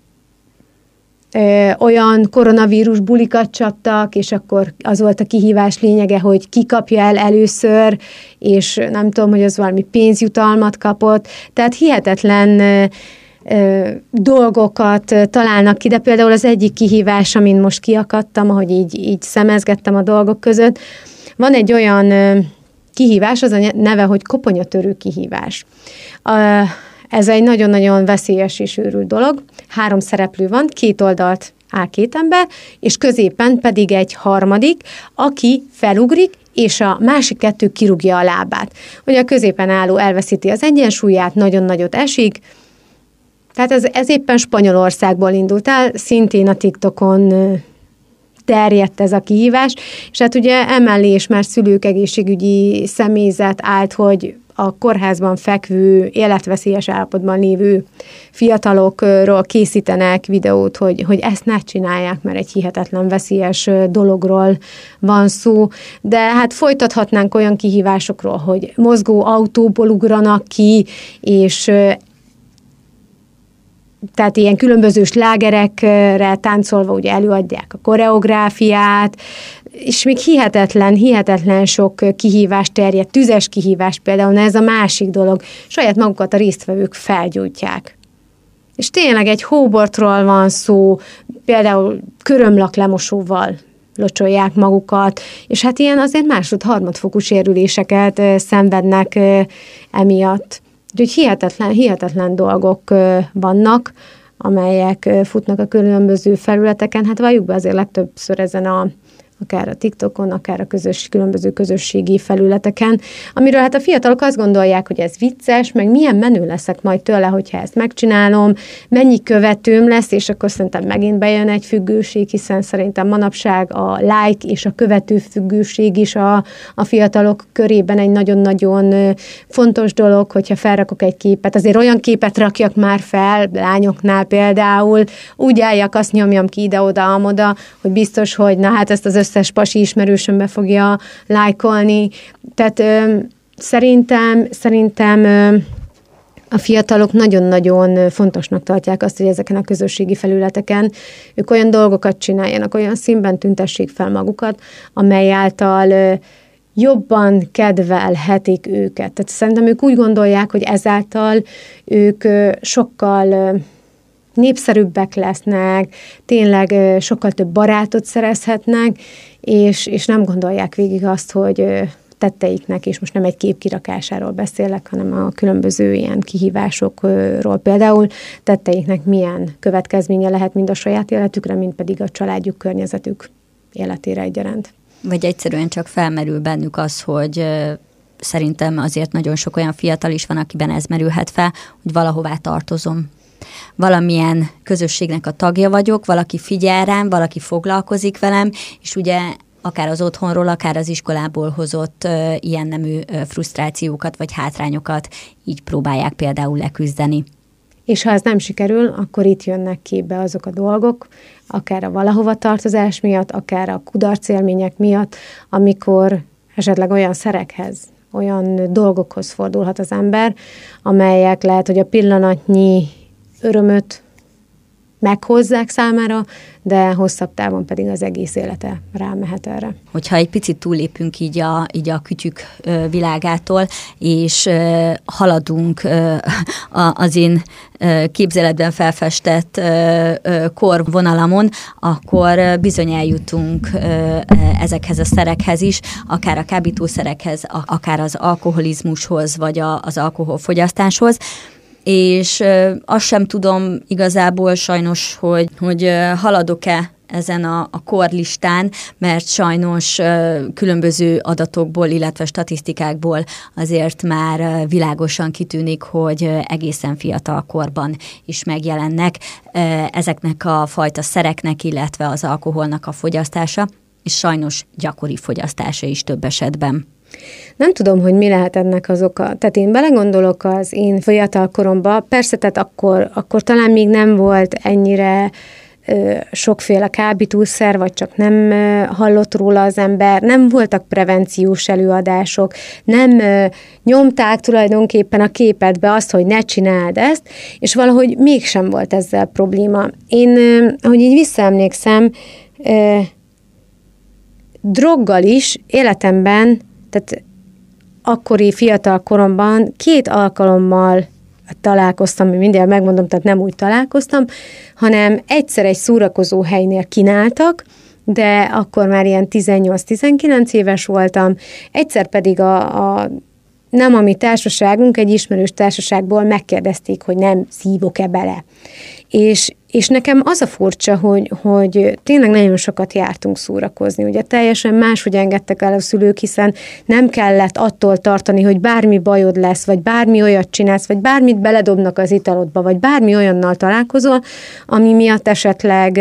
olyan koronavírus bulikat csaptak, és akkor az volt a kihívás lényege, hogy ki kapja el először, és nem tudom, hogy az valami pénzjutalmat kapott. Tehát hihetetlen dolgokat találnak ki, de például az egyik kihívás, amin most kiakadtam, ahogy így szemezgettem a dolgok között, van egy olyan kihívás, az a neve, hogy koponyatörő kihívás. Ez egy nagyon-nagyon veszélyes és őrült dolog. 3 szereplő van, 2 oldalt áll 2 ember, és középen pedig egy harmadik, aki felugrik, és a másik 2 kirúgja a lábát. Ugye a középen álló elveszíti az egyensúlyát, nagyon nagyot esik. Tehát ez éppen Spanyolországból indult el, szintén a TikTokon terjedt ez a kihívás, és hát ugye emellé is már szülők, egészségügyi személyzet állt, hogy a kórházban fekvő, életveszélyes állapotban lévő fiatalokról készítenek videót, hogy ezt ne csinálják, mert egy hihetetlen veszélyes dologról van szó. De hát folytathatnánk olyan kihívásokról, hogy mozgó autóból ugranak ki, és tehát ilyen különböző slágerekre táncolva ugye előadják a koreográfiát, és még hihetetlen sok kihívás terjed, tüzes kihívás például, ez a másik dolog, saját magukat a résztvevők felgyújtják. És tényleg egy hóbortról van szó, például körömlak lemosóval locsolják magukat, és hát ilyen azért másod-harmadfokú sérüléseket szenvednek emiatt. Úgyhogy hihetetlen dolgok vannak, amelyek futnak a különböző felületeken. Hát valljuk be, azért legtöbbször ezen akár a TikTokon, akár a különböző közösségi felületeken, amiről hát a fiatalok azt gondolják, hogy ez vicces, meg milyen menő leszek majd tőle, hogyha ezt megcsinálom, mennyi követőm lesz, és akkor szerintem megint bejön egy függőség, hiszen szerintem manapság a like és a követő függőség is a fiatalok körében egy nagyon-nagyon fontos dolog, hogyha felrakok egy képet, azért olyan képet rakjak már fel, lányoknál például, úgy álljak, azt nyomjam ki ide-oda, amoda, hogy biztos, hogy na hát ezt az összes pasi ismerősöm be fogja lájkolni. Tehát szerintem a fiatalok nagyon-nagyon fontosnak tartják azt, hogy ezeken a közösségi felületeken ők olyan dolgokat csináljanak, olyan színben tüntessék fel magukat, amely által jobban kedvelhetik őket. Tehát szerintem ők úgy gondolják, hogy ezáltal ők sokkal népszerűbbek lesznek, tényleg sokkal több barátot szerezhetnek, és nem gondolják végig azt, hogy tetteiknek, és most nem egy kép kirakásáról beszélek, hanem a különböző ilyen kihívásokról például tetteiknek milyen következménye lehet mind a saját életükre, mind pedig a családjuk, környezetük életére egyaránt.
Vagy egyszerűen csak felmerül bennük az, hogy szerintem azért nagyon sok olyan fiatal is van, akiben ez merülhet fel, hogy valahová tartozom. Valamilyen közösségnek a tagja vagyok, valaki figyel rám, valaki foglalkozik velem, és ugye akár az otthonról, akár az iskolából hozott ilyen nemű frusztrációkat vagy hátrányokat így próbálják például leküzdeni.
És ha ez nem sikerül, akkor itt jönnek képbe azok a dolgok, akár a valahova tartozás miatt, akár a kudarcélmények miatt, amikor esetleg olyan szerekhez, olyan dolgokhoz fordulhat az ember, amelyek lehet, hogy a pillanatnyi örömöt meghozzák számára, de hosszabb távon pedig az egész élete rámehet erre.
Hogyha egy picit túllépünk így a kütyük világától, és haladunk az én képzeletben felfestett korvonalamon, akkor bizony eljutunk ezekhez a szerekhez is, akár a kábítószerekhez, akár az alkoholizmushoz, vagy az alkoholfogyasztáshoz, és azt sem tudom igazából sajnos, hogy haladok-e ezen a korlistán, mert sajnos különböző adatokból, illetve statisztikákból azért már világosan kitűnik, hogy egészen fiatal korban is megjelennek ezeknek a fajta szereknek, illetve az alkoholnak a fogyasztása, és sajnos gyakori fogyasztása is több esetben.
Nem tudom, hogy mi lehet ennek az oka. Tehát én belegondolok az én fiatal koromban, persze, tehát akkor talán még nem volt ennyire sokféle kábítószer, vagy csak nem hallott róla az ember, nem voltak prevenciós előadások, nem nyomták tulajdonképpen a képedbe azt, hogy ne csináld ezt, és valahogy mégsem volt ezzel probléma. Én, ahogy így visszaemlékszem, droggal is életemben, tehát akkori fiatal koromban 2 alkalommal találkoztam, mindjárt megmondom, tehát nem úgy találkoztam, hanem egyszer egy szórakozó helynél kínáltak, de akkor már ilyen 18-19 éves voltam, egyszer pedig nem a mi társaságunk, egy ismerős társaságból megkérdezték, hogy nem szívok-e bele. És nekem az a furcsa, hogy tényleg nagyon sokat jártunk szórakozni. Ugye teljesen máshogy engedtek el a szülők, hiszen nem kellett attól tartani, hogy bármi bajod lesz, vagy bármi olyat csinálsz, vagy bármit beledobnak az italodba, vagy bármi olyannal találkozol, ami miatt esetleg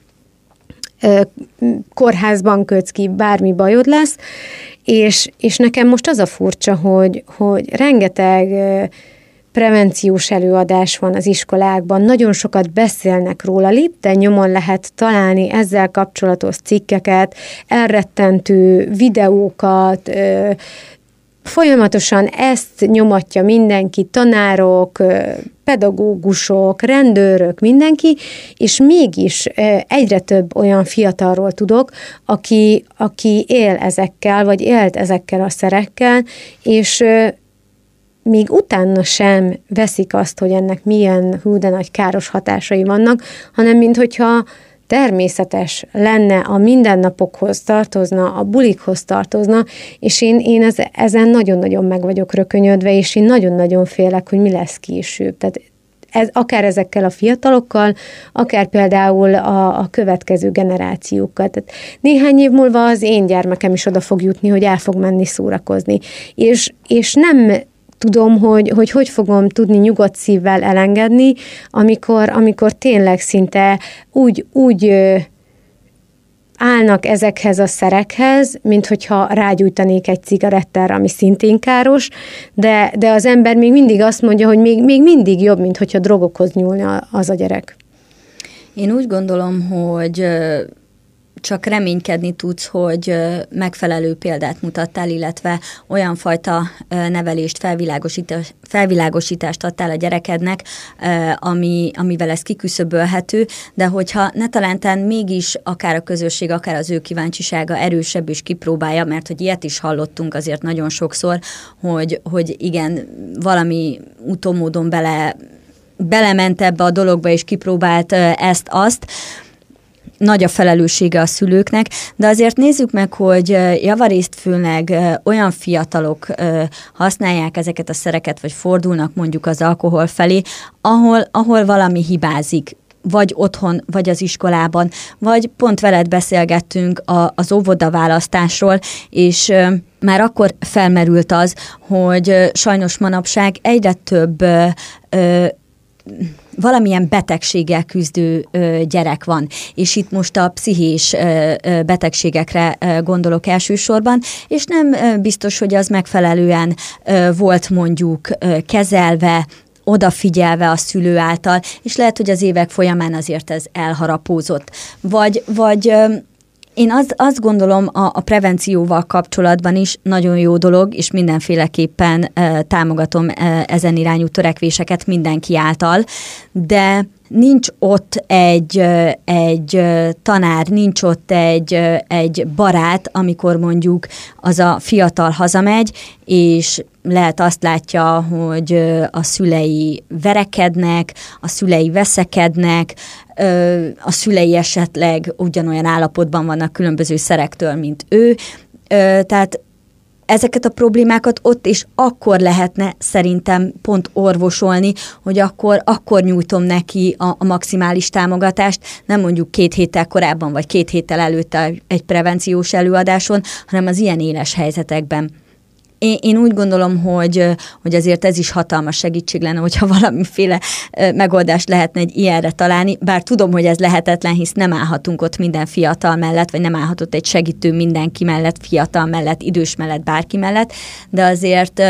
kórházban kötsz ki, bármi bajod lesz, és nekem most az a furcsa, hogy rengeteg prevenciós előadás van az iskolákban, nagyon sokat beszélnek róla, lépten nyomon lehet találni ezzel kapcsolatos cikkeket, elrettentő videókat, folyamatosan ezt nyomatja mindenki, tanárok, pedagógusok, rendőrök, mindenki, és mégis egyre több olyan fiatalról tudok, aki él ezekkel, vagy élt ezekkel a szerekkel, és még utána sem veszik azt, hogy ennek milyen de nagy káros hatásai vannak, hanem minthogyha természetes lenne, a mindennapokhoz tartozna, a bulikhoz tartozna, és én ezen nagyon-nagyon meg vagyok rökönyödve, és én nagyon-nagyon félek, hogy mi lesz később. Tehát akár ezekkel a fiatalokkal, akár például a következő generációkkal. Tehát néhány év múlva az én gyermekem is oda fog jutni, hogy el fog menni szórakozni. És nem tudom, hogy fogom tudni nyugodt szívvel elengedni, amikor tényleg szinte úgy állnak ezekhez a szerekhez, mint hogyha rágyújtanék egy cigarettára, ami szintén káros, de az ember még mindig azt mondja, hogy még mindig jobb, mint hogyha drogokhoz nyúlna az a gyerek.
Én úgy gondolom, hogy csak reménykedni tudsz, hogy megfelelő példát mutattál, illetve olyan fajta nevelést, felvilágosítást adtál a gyerekednek, amivel ez kiküszöbölhető, de hogyha ne talántán mégis akár a közösség, akár az ő kíváncsisága erősebb és kipróbálja, mert hogy ilyet is hallottunk azért nagyon sokszor, hogy igen, valami utómódon belement ebbe a dologba, és kipróbált ezt-azt, nagy a felelőssége a szülőknek, de azért nézzük meg, hogy javarészt főleg olyan fiatalok használják ezeket a szereket, vagy fordulnak mondjuk az alkohol felé, ahol valami hibázik, vagy otthon, vagy az iskolában, vagy pont veled beszélgettünk az óvodaválasztásról, és már akkor felmerült az, hogy sajnos manapság egyre több valamilyen betegséggel küzdő gyerek van, és itt most a pszichés betegségekre gondolok elsősorban, és nem biztos, hogy az megfelelően volt mondjuk kezelve, odafigyelve a szülő által, és lehet, hogy az évek folyamán azért ez elharapózott. Vagy én azt gondolom a prevencióval kapcsolatban is nagyon jó dolog, és mindenféleképpen támogatom ezen irányú törekvéseket mindenki által, de nincs ott egy tanár, nincs ott egy barát, amikor mondjuk az a fiatal hazamegy, és lehet azt látja, hogy a szülei verekednek, a szülei veszekednek, a szülei esetleg ugyanolyan állapotban vannak különböző szerektől, mint ő. Tehát ezeket a problémákat ott és akkor lehetne szerintem pont orvosolni, hogy akkor nyújtom neki a maximális támogatást, nem mondjuk 2 héttel korábban, vagy 2 héttel előtte egy prevenciós előadáson, hanem az ilyen éles helyzetekben. Én úgy gondolom, hogy azért ez is hatalmas segítség lenne, hogyha valamiféle megoldást lehetne egy ilyenre találni, bár tudom, hogy ez lehetetlen, hisz nem állhatunk ott minden fiatal mellett, vagy nem állhatott egy segítő mindenki mellett, fiatal mellett, idős mellett, bárki mellett, de azért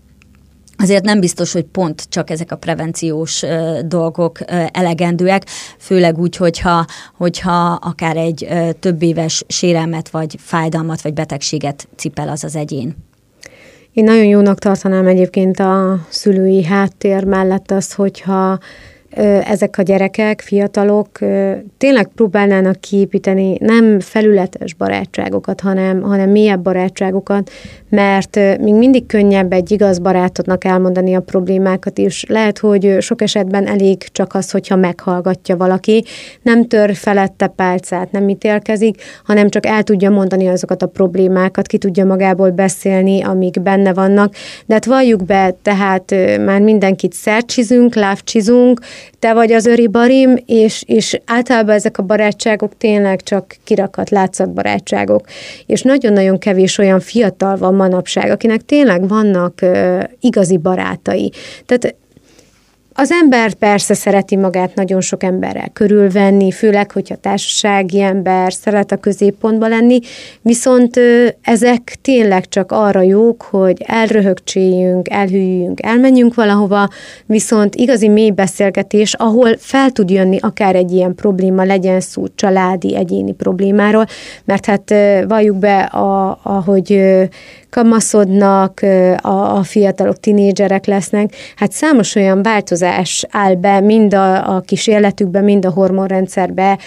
nem biztos, hogy pont csak ezek a prevenciós dolgok elegendőek, főleg úgy, hogyha akár egy több éves sérelmet, vagy fájdalmat, vagy betegséget cipel az egyén.
Én nagyon jónak tartanám egyébként a szülői háttér mellett azt, hogyha ezek a gyerekek, fiatalok tényleg próbálnának kiépíteni nem felületes barátságokat, hanem mélyebb barátságokat, mert még mindig könnyebb egy igaz barátodnak elmondani a problémákat is. Lehet, hogy sok esetben elég csak az, hogyha meghallgatja valaki, nem tör felette pálcát, nem ítélkezik, hanem csak el tudja mondani azokat a problémákat, ki tudja magából beszélni, amik benne vannak. De hát valljuk be, tehát már mindenkit szercsizünk, lávcsizunk, te vagy az öri-barim, és általában ezek a barátságok tényleg csak kirakat látszatbarátságok. És nagyon-nagyon kevés olyan fiatal van manapság, akinek tényleg vannak igazi barátai. Tehát az ember persze szereti magát nagyon sok emberrel körülvenni, főleg, hogyha társasági ember, szeret a középpontba lenni, viszont ezek tényleg csak arra jók, hogy elröhögcséljünk, elhűljünk, elmenjünk valahova, viszont igazi mély beszélgetés, ahol fel tud jönni akár egy ilyen probléma, legyen szó családi, egyéni problémáról, mert hát valljuk be, ahogy kamaszodnak, a fiatalok, tinédzserek lesznek, hát számos olyan változás áll be, mind a kis életükbe, mind a hormonrendszerbe,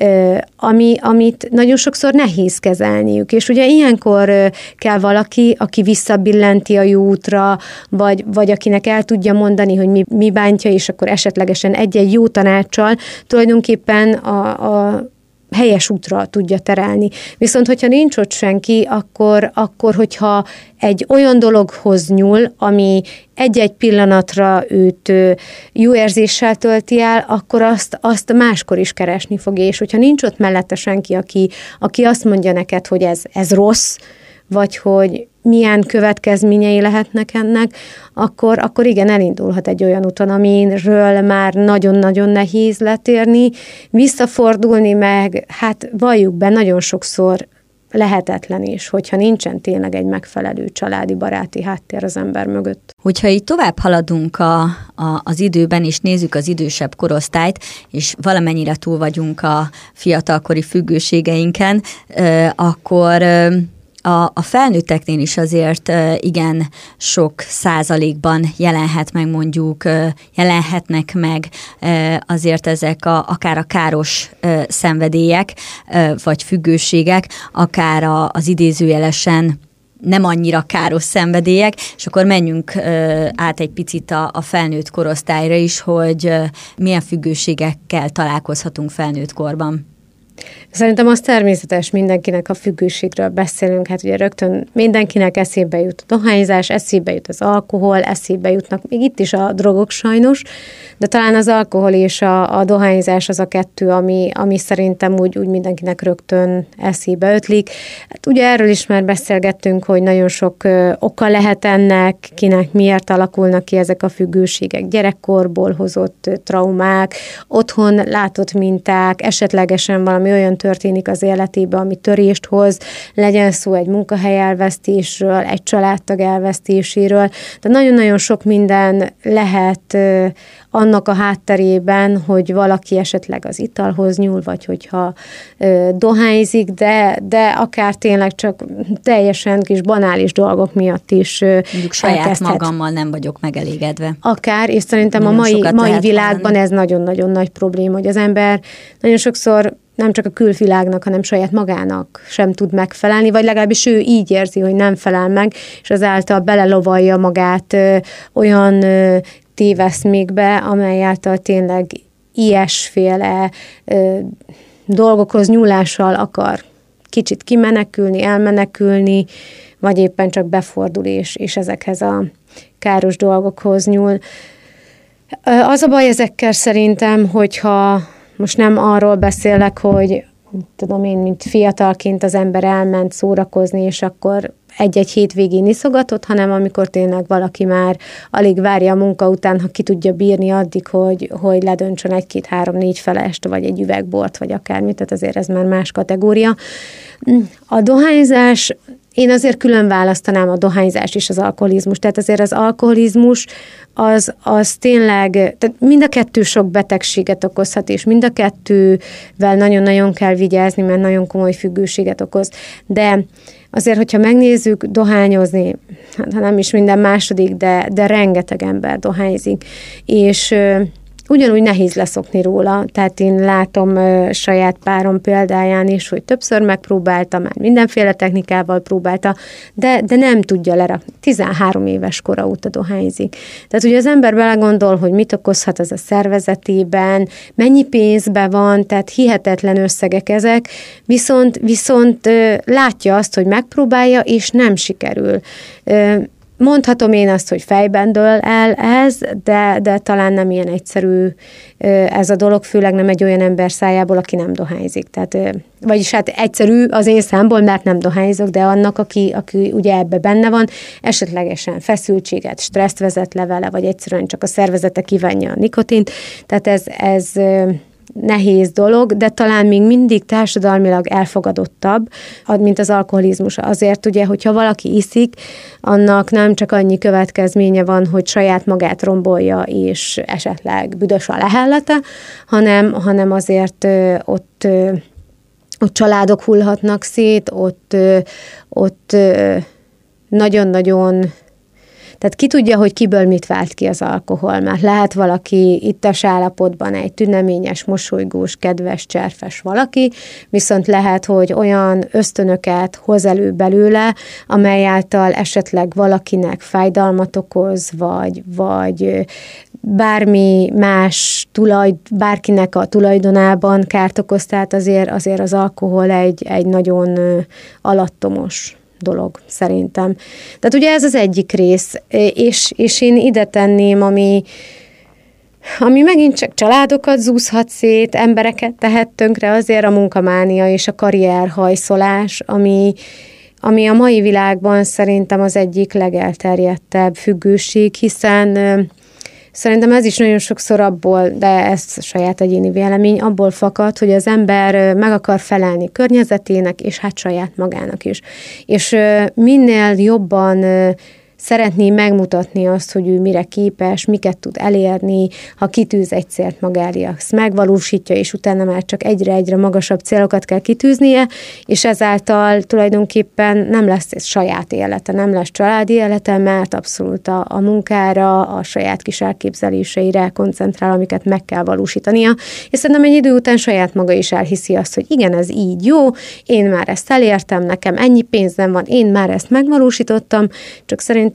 amit nagyon sokszor nehéz kezelniük. És ugye ilyenkor kell valaki, aki visszabillenti a jó útra, vagy akinek el tudja mondani, hogy mi bántja, és akkor esetlegesen egy-egy jó tanáccsal tulajdonképpen a helyes útra tudja terelni. Viszont, hogyha nincs ott senki, akkor hogyha egy olyan dologhoz nyúl, ami egy-egy pillanatra őt jó érzéssel tölti el, akkor azt máskor is keresni fogja. És hogyha nincs ott mellette senki, aki azt mondja neked, hogy ez rossz, vagy hogy milyen következményei lehetnek ennek, akkor igen, elindulhat egy olyan úton, amiről már nagyon-nagyon nehéz letérni, visszafordulni meg, hát valljuk be, nagyon sokszor lehetetlen is, hogyha nincsen tényleg egy megfelelő családi, baráti háttér az ember mögött.
Hogyha így tovább haladunk az időben, és nézzük az idősebb korosztályt, és valamennyire túl vagyunk a fiatalkori függőségeinken, akkor a felnőtteknél is azért igen sok százalékban jelenhetnek meg azért ezek akár a káros szenvedélyek, vagy függőségek, akár az idézőjelesen nem annyira káros szenvedélyek, és akkor menjünk át egy picit a felnőtt korosztályra is, hogy milyen függőségekkel találkozhatunk felnőtt korban.
Szerintem az természetes, mindenkinek a függőségről beszélünk, hát ugye rögtön mindenkinek eszébe jut a dohányzás, eszébe jut az alkohol, eszébe jutnak még itt is a drogok sajnos, de talán az alkohol és a dohányzás az a kettő, ami szerintem úgy mindenkinek rögtön eszébe ötlik. Hát ugye erről is már beszélgettünk, hogy nagyon sok oka lehet ennek, kinek miért alakulnak ki ezek a függőségek, gyerekkorból hozott traumák, otthon látott minták, esetlegesen valami olyan történik az életében, ami törést hoz, legyen szó egy munkahely elvesztésről, egy családtag elvesztéséről, de nagyon-nagyon sok minden lehet annak a hátterében, hogy valaki esetleg az italhoz nyúl, vagy hogyha dohányzik, de akár tényleg csak teljesen kis banális dolgok miatt is
mondjuk saját magammal nem vagyok megelégedve.
Akár, és szerintem nagyon a mai világban ez nagyon-nagyon nagy probléma, hogy az ember nagyon sokszor nem csak a külvilágnak, hanem saját magának sem tud megfelelni, vagy legalábbis ő így érzi, hogy nem felel meg, és azáltal belelovalja magát olyan téveszmékbe, amely által tényleg ilyesféle dolgokhoz nyúlással akar kicsit kimenekülni, elmenekülni, vagy éppen csak befordul, és ezekhez a káros dolgokhoz nyúl. Az a baj ezekkel szerintem, hogyha most nem arról beszélek, hogy tudom én, mint fiatalként az ember elment szórakozni, és akkor egy-egy hétvégén iszogatott, hanem amikor tényleg valaki már alig várja a munka után, ha ki tudja bírni addig, hogy ledöntsön 1-2-3-4 felest, vagy egy üvegbort, vagy akármit, tehát azért ez már más kategória. A dohányzás, én azért külön választanám a dohányzás és az alkoholizmus. Tehát azért az alkoholizmus az tényleg, tehát mind a kettő sok betegséget okozhat, és mind a kettővel nagyon-nagyon kell vigyázni, mert nagyon komoly függőséget okoz. De azért, hogyha megnézzük, dohányozni, ha nem is minden második, de rengeteg ember dohányzik. És ugyanúgy nehéz leszokni róla, tehát én látom saját párom példáján is, hogy többször megpróbálta, már mindenféle technikával próbálta, de nem tudja lerakni. 13 éves kora óta dohányzik. Tehát ugye az ember belegondol, hogy mit okozhat ez a szervezetében, mennyi pénzbe van, tehát hihetetlen összegek ezek, viszont látja azt, hogy megpróbálja, és nem sikerül. Mondhatom én azt, hogy fejben dől el ez, de talán nem ilyen egyszerű ez a dolog, főleg nem egy olyan ember szájából, aki nem dohányzik. Tehát, vagyis hát egyszerű az én számból, mert nem dohányzok, de annak, aki ugye ebbe benne van, esetlegesen feszültséget, stresszt vezet le vele, vagy egyszerűen csak a szervezete kívánja a nikotint. Tehát ez nehéz dolog, de talán még mindig társadalmilag elfogadottabb, mint az alkoholizmus. Azért ugye, hogyha valaki iszik, annak nem csak annyi következménye van, hogy saját magát rombolja, és esetleg büdös a lehellete, hanem azért ott családok hullhatnak szét, ott nagyon-nagyon. Tehát ki tudja, hogy kiből mit vált ki az alkohol, mert lehet valaki ittas állapotban egy tüneményes, mosolygós, kedves, cserfes valaki, viszont lehet, hogy olyan ösztönöket hoz elő belőle, amely által esetleg valakinek fájdalmat okoz, vagy bármi más bárkinek a tulajdonában kárt okoz, tehát azért az alkohol egy nagyon alattomos dolog, szerintem. Tehát ugye ez az egyik rész, és én ide tenném, ami megint csak családokat zúzhat szét, embereket tehet tönkre, azért a munkamánia és a karrierhajszolás, ami a mai világban szerintem az egyik legelterjedtebb függőség, hiszen szerintem ez is nagyon sokszor abból, de ez saját egyéni vélemény, abból fakad, hogy az ember meg akar felelni környezetének, és hát saját magának is. És minél jobban szeretné megmutatni azt, hogy ő mire képes, miket tud elérni, ha kitűz egy célt maga elé, azt megvalósítja, és utána már csak egyre magasabb célokat kell kitűznie, és ezáltal tulajdonképpen nem lesz saját élete, nem lesz családi élete, mert abszolút a munkára, a saját kis elképzeléseire koncentrál, amiket meg kell valósítania, és szerintem egy idő után saját maga is elhiszi azt, hogy igen, ez így jó, én már ezt elértem, nekem ennyi pénzem van, én már ezt megvalósítottam, csak szerintem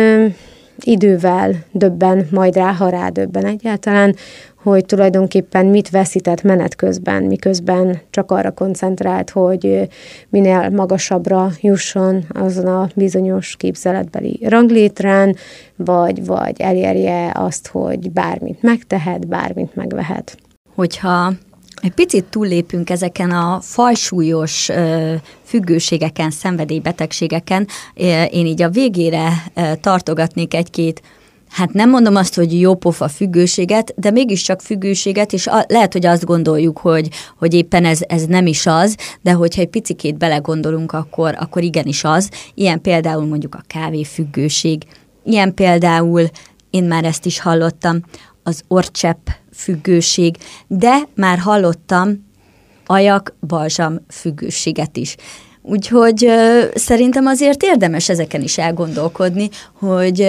idővel döbben majd rá, ha rádöbben egyáltalán, hogy tulajdonképpen mit veszített menet közben, miközben csak arra koncentrált, hogy minél magasabbra jusson azon a bizonyos képzeletbeli ranglétrán, vagy elérje azt, hogy bármit megtehet, bármit megvehet.
Hogyha egy picit túllépünk ezeken a fajsúlyos függőségeken, szenvedélybetegségeken, én így a végére tartogatnék egy-két, hát nem mondom azt, hogy jópofa függőséget, de mégiscsak függőséget, és lehet, hogy azt gondoljuk, hogy éppen ez nem is az, de hogyha egy picikét belegondolunk, akkor igenis az. Ilyen például mondjuk a kávéfüggőség, ilyen például, én már ezt is hallottam, az orrcsepp függőség, de már hallottam ajak-balzsam függőséget is. Úgyhogy szerintem azért érdemes ezeken is elgondolkodni, hogy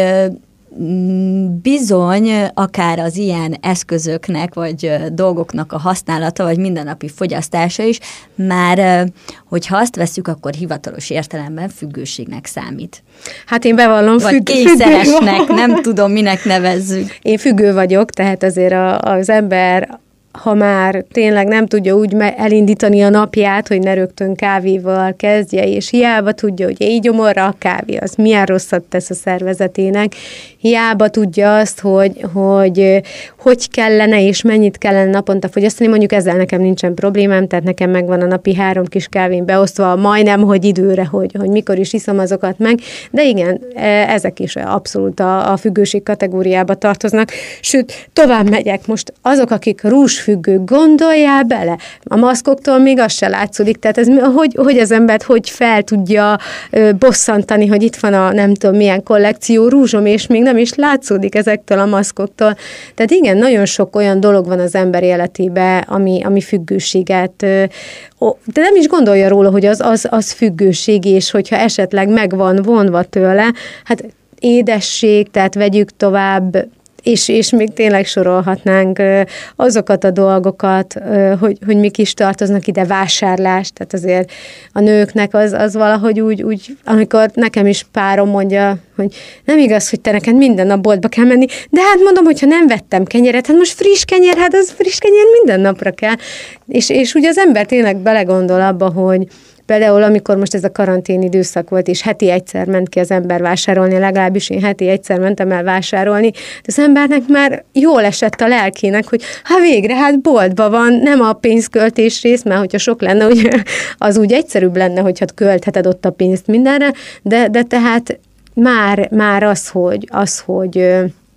bizony akár az ilyen eszközöknek, vagy dolgoknak a használata, vagy mindennapi fogyasztása is már, hogyha azt vesszük, akkor hivatalos értelemben függőségnek számít.
Hát én bevallom,
vagy kényszeresnek, nem tudom, minek nevezzük.
Én függő vagyok, tehát azért az ember, ha már tényleg nem tudja úgy elindítani a napját, hogy ne rögtön kávéval kezdje, és hiába tudja, hogy éj gyomorra a kávé, az milyen rosszat tesz a szervezetének, hiába tudja azt, hogy kellene és mennyit kellene naponta fogyasztani, mondjuk ezzel nekem nincsen problémám, tehát nekem megvan a napi 3 kis kávén beosztva majdnem, hogy időre, hogy mikor is iszom azokat meg, de igen, ezek is abszolút a függőség kategóriába tartoznak, sőt, tovább megyek most, azok, akik rúzsfüggők, gondoljál bele, a maszkoktól még az se látszódik, tehát ez, hogy az embert hogy fel tudja bosszantani, hogy itt van a nem tudom milyen kollekció rúzsom, és még nem is látszódik ezektől a maszkoktól. Tehát igen, nagyon sok olyan dolog van az ember életében, ami függőséget, de nem is gondolja róla, hogy az függőség, és hogyha esetleg meg van vonva tőle, hát édesség, tehát vegyük tovább, és még tényleg sorolhatnánk azokat a dolgokat, hogy mik is tartoznak ide, vásárlás, tehát azért a nőknek az valahogy úgy, amikor nekem is párom mondja, hogy nem igaz, hogy te neked minden nap boltba kell menni, de hát mondom, hogyha nem vettem kenyeret, hát most friss kenyer, hát az friss kenyer minden napra kell. És ugye az ember tényleg belegondol abba, hogy például, amikor most ez a karantén időszak volt, és heti egyszer ment ki az ember vásárolni, legalábbis én heti egyszer mentem el vásárolni, de az embernek már jól esett a lelkének, hogy végre, hát boltban van, nem a pénzköltés rész, mert hogyha sok lenne, ugye, az úgy egyszerűbb lenne, hogyha költheted ott a pénzt mindenre, de tehát már az, hogy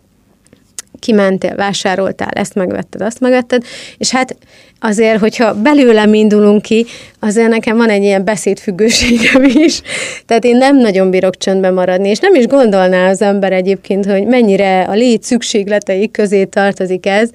kimentél, vásároltál, ezt megvetted, azt megvetted, és hát azért, hogyha belőlem indulunk ki, azért nekem van egy ilyen beszédfüggőségem is, tehát én nem nagyon bírok csöndben maradni, és nem is gondolná az ember egyébként, hogy mennyire a lét szükségletei közé tartozik ez,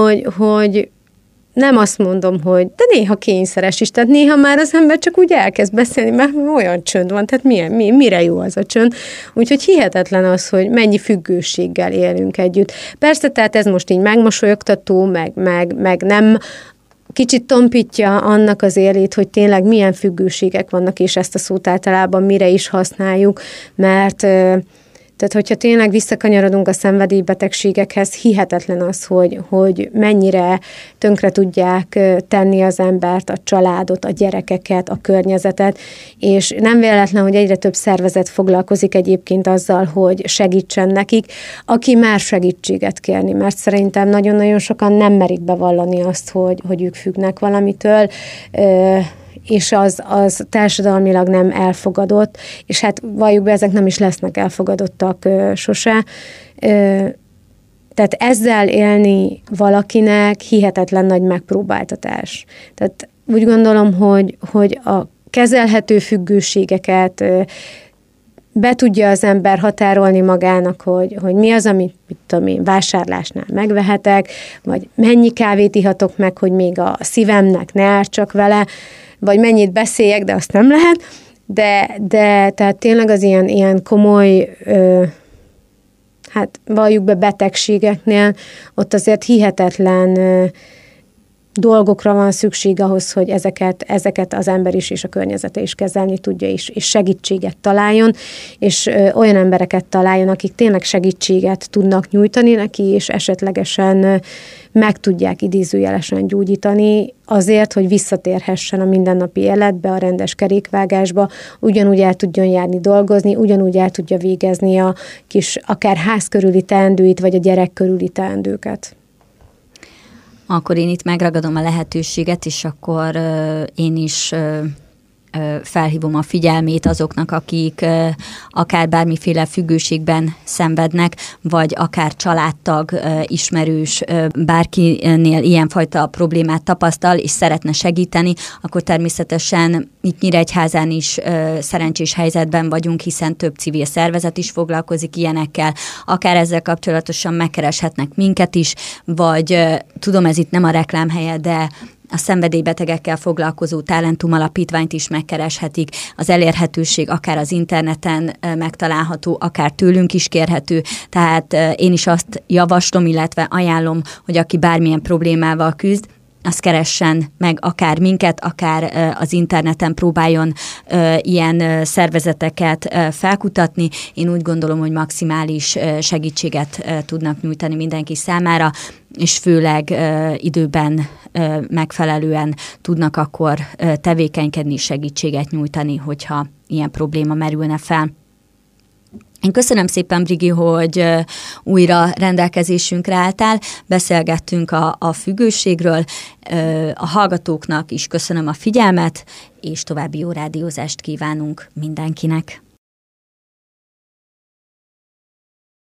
hogy nem azt mondom, hogy de néha kényszeres is, tehát néha már az ember csak úgy elkezd beszélni, mert olyan csönd van, tehát mire jó az a csönd. Úgyhogy hihetetlen az, hogy mennyi függőséggel élünk együtt. Persze, tehát ez most így megmosolyogtató, meg nem kicsit tompítja annak az élét, hogy tényleg milyen függőségek vannak, és ezt a szót általában mire is használjuk, mert Tehát, hogyha tényleg visszakanyarodunk a szenvedélybetegségekhez, hihetetlen az, hogy mennyire tönkre tudják tenni az embert, a családot, a gyerekeket, a környezetet, és nem véletlen, hogy egyre több szervezet foglalkozik egyébként azzal, hogy segítsen nekik, aki már segítséget kérni, mert szerintem nagyon-nagyon sokan nem merik bevallani azt, hogy ők függnek valamitől, és az társadalmilag nem elfogadott, és hát valljuk be, ezek nem is lesznek elfogadottak sose. Tehát ezzel élni valakinek hihetetlen nagy megpróbáltatás. Tehát úgy gondolom, hogy a kezelhető függőségeket be tudja az ember határolni magának, hogy mi az, amit vásárlásnál megvehetek, vagy mennyi kávét ihatok meg, hogy még a szívemnek ne ártsak vele, vagy mennyit beszéljek, de azt nem lehet, de tehát tényleg az ilyen komoly, hát valljuk be betegségeknél, ott azért hihetetlen dolgokra van szükség ahhoz, hogy ezeket az ember is és a környezete is kezelni tudja, és segítséget találjon, és olyan embereket találjon, akik tényleg segítséget tudnak nyújtani neki, és esetlegesen meg tudják idézőjelesen gyógyítani azért, hogy visszatérhessen a mindennapi életbe, a rendes kerékvágásba, ugyanúgy el tudjon járni dolgozni, ugyanúgy el tudja végezni a kis akár ház körüli teendőit, vagy a gyerek körüli teendőket.
Akkor én itt megragadom a lehetőséget, és akkor én is felhívom a figyelmét azoknak, akik akár bármiféle függőségben szenvednek, vagy akár családtag, ismerős, bárkinél ilyenfajta problémát tapasztal, és szeretne segíteni, akkor természetesen itt Nyíregyházán is szerencsés helyzetben vagyunk, hiszen több civil szervezet is foglalkozik ilyenekkel, akár ezzel kapcsolatosan megkereshetnek minket is, vagy tudom, ez itt nem a reklámhelye, de a szenvedélybetegekkel foglalkozó Talentum Alapítványt is megkereshetik. Az elérhetőség akár az interneten megtalálható, akár tőlünk is kérhető. Tehát én is azt javaslom, illetve ajánlom, hogy aki bármilyen problémával küzd, az keressen meg akár minket, akár az interneten próbáljon ilyen szervezeteket felkutatni. Én úgy gondolom, hogy maximális segítséget tudnak nyújtani mindenki számára, és főleg időben megfelelően tudnak akkor tevékenykedni, segítséget nyújtani, hogyha ilyen probléma merülne fel. Én köszönöm szépen, Brigi, hogy újra rendelkezésünkre álltál, beszélgettünk a függőségről, a hallgatóknak is köszönöm a figyelmet, és további jó rádiózást kívánunk mindenkinek.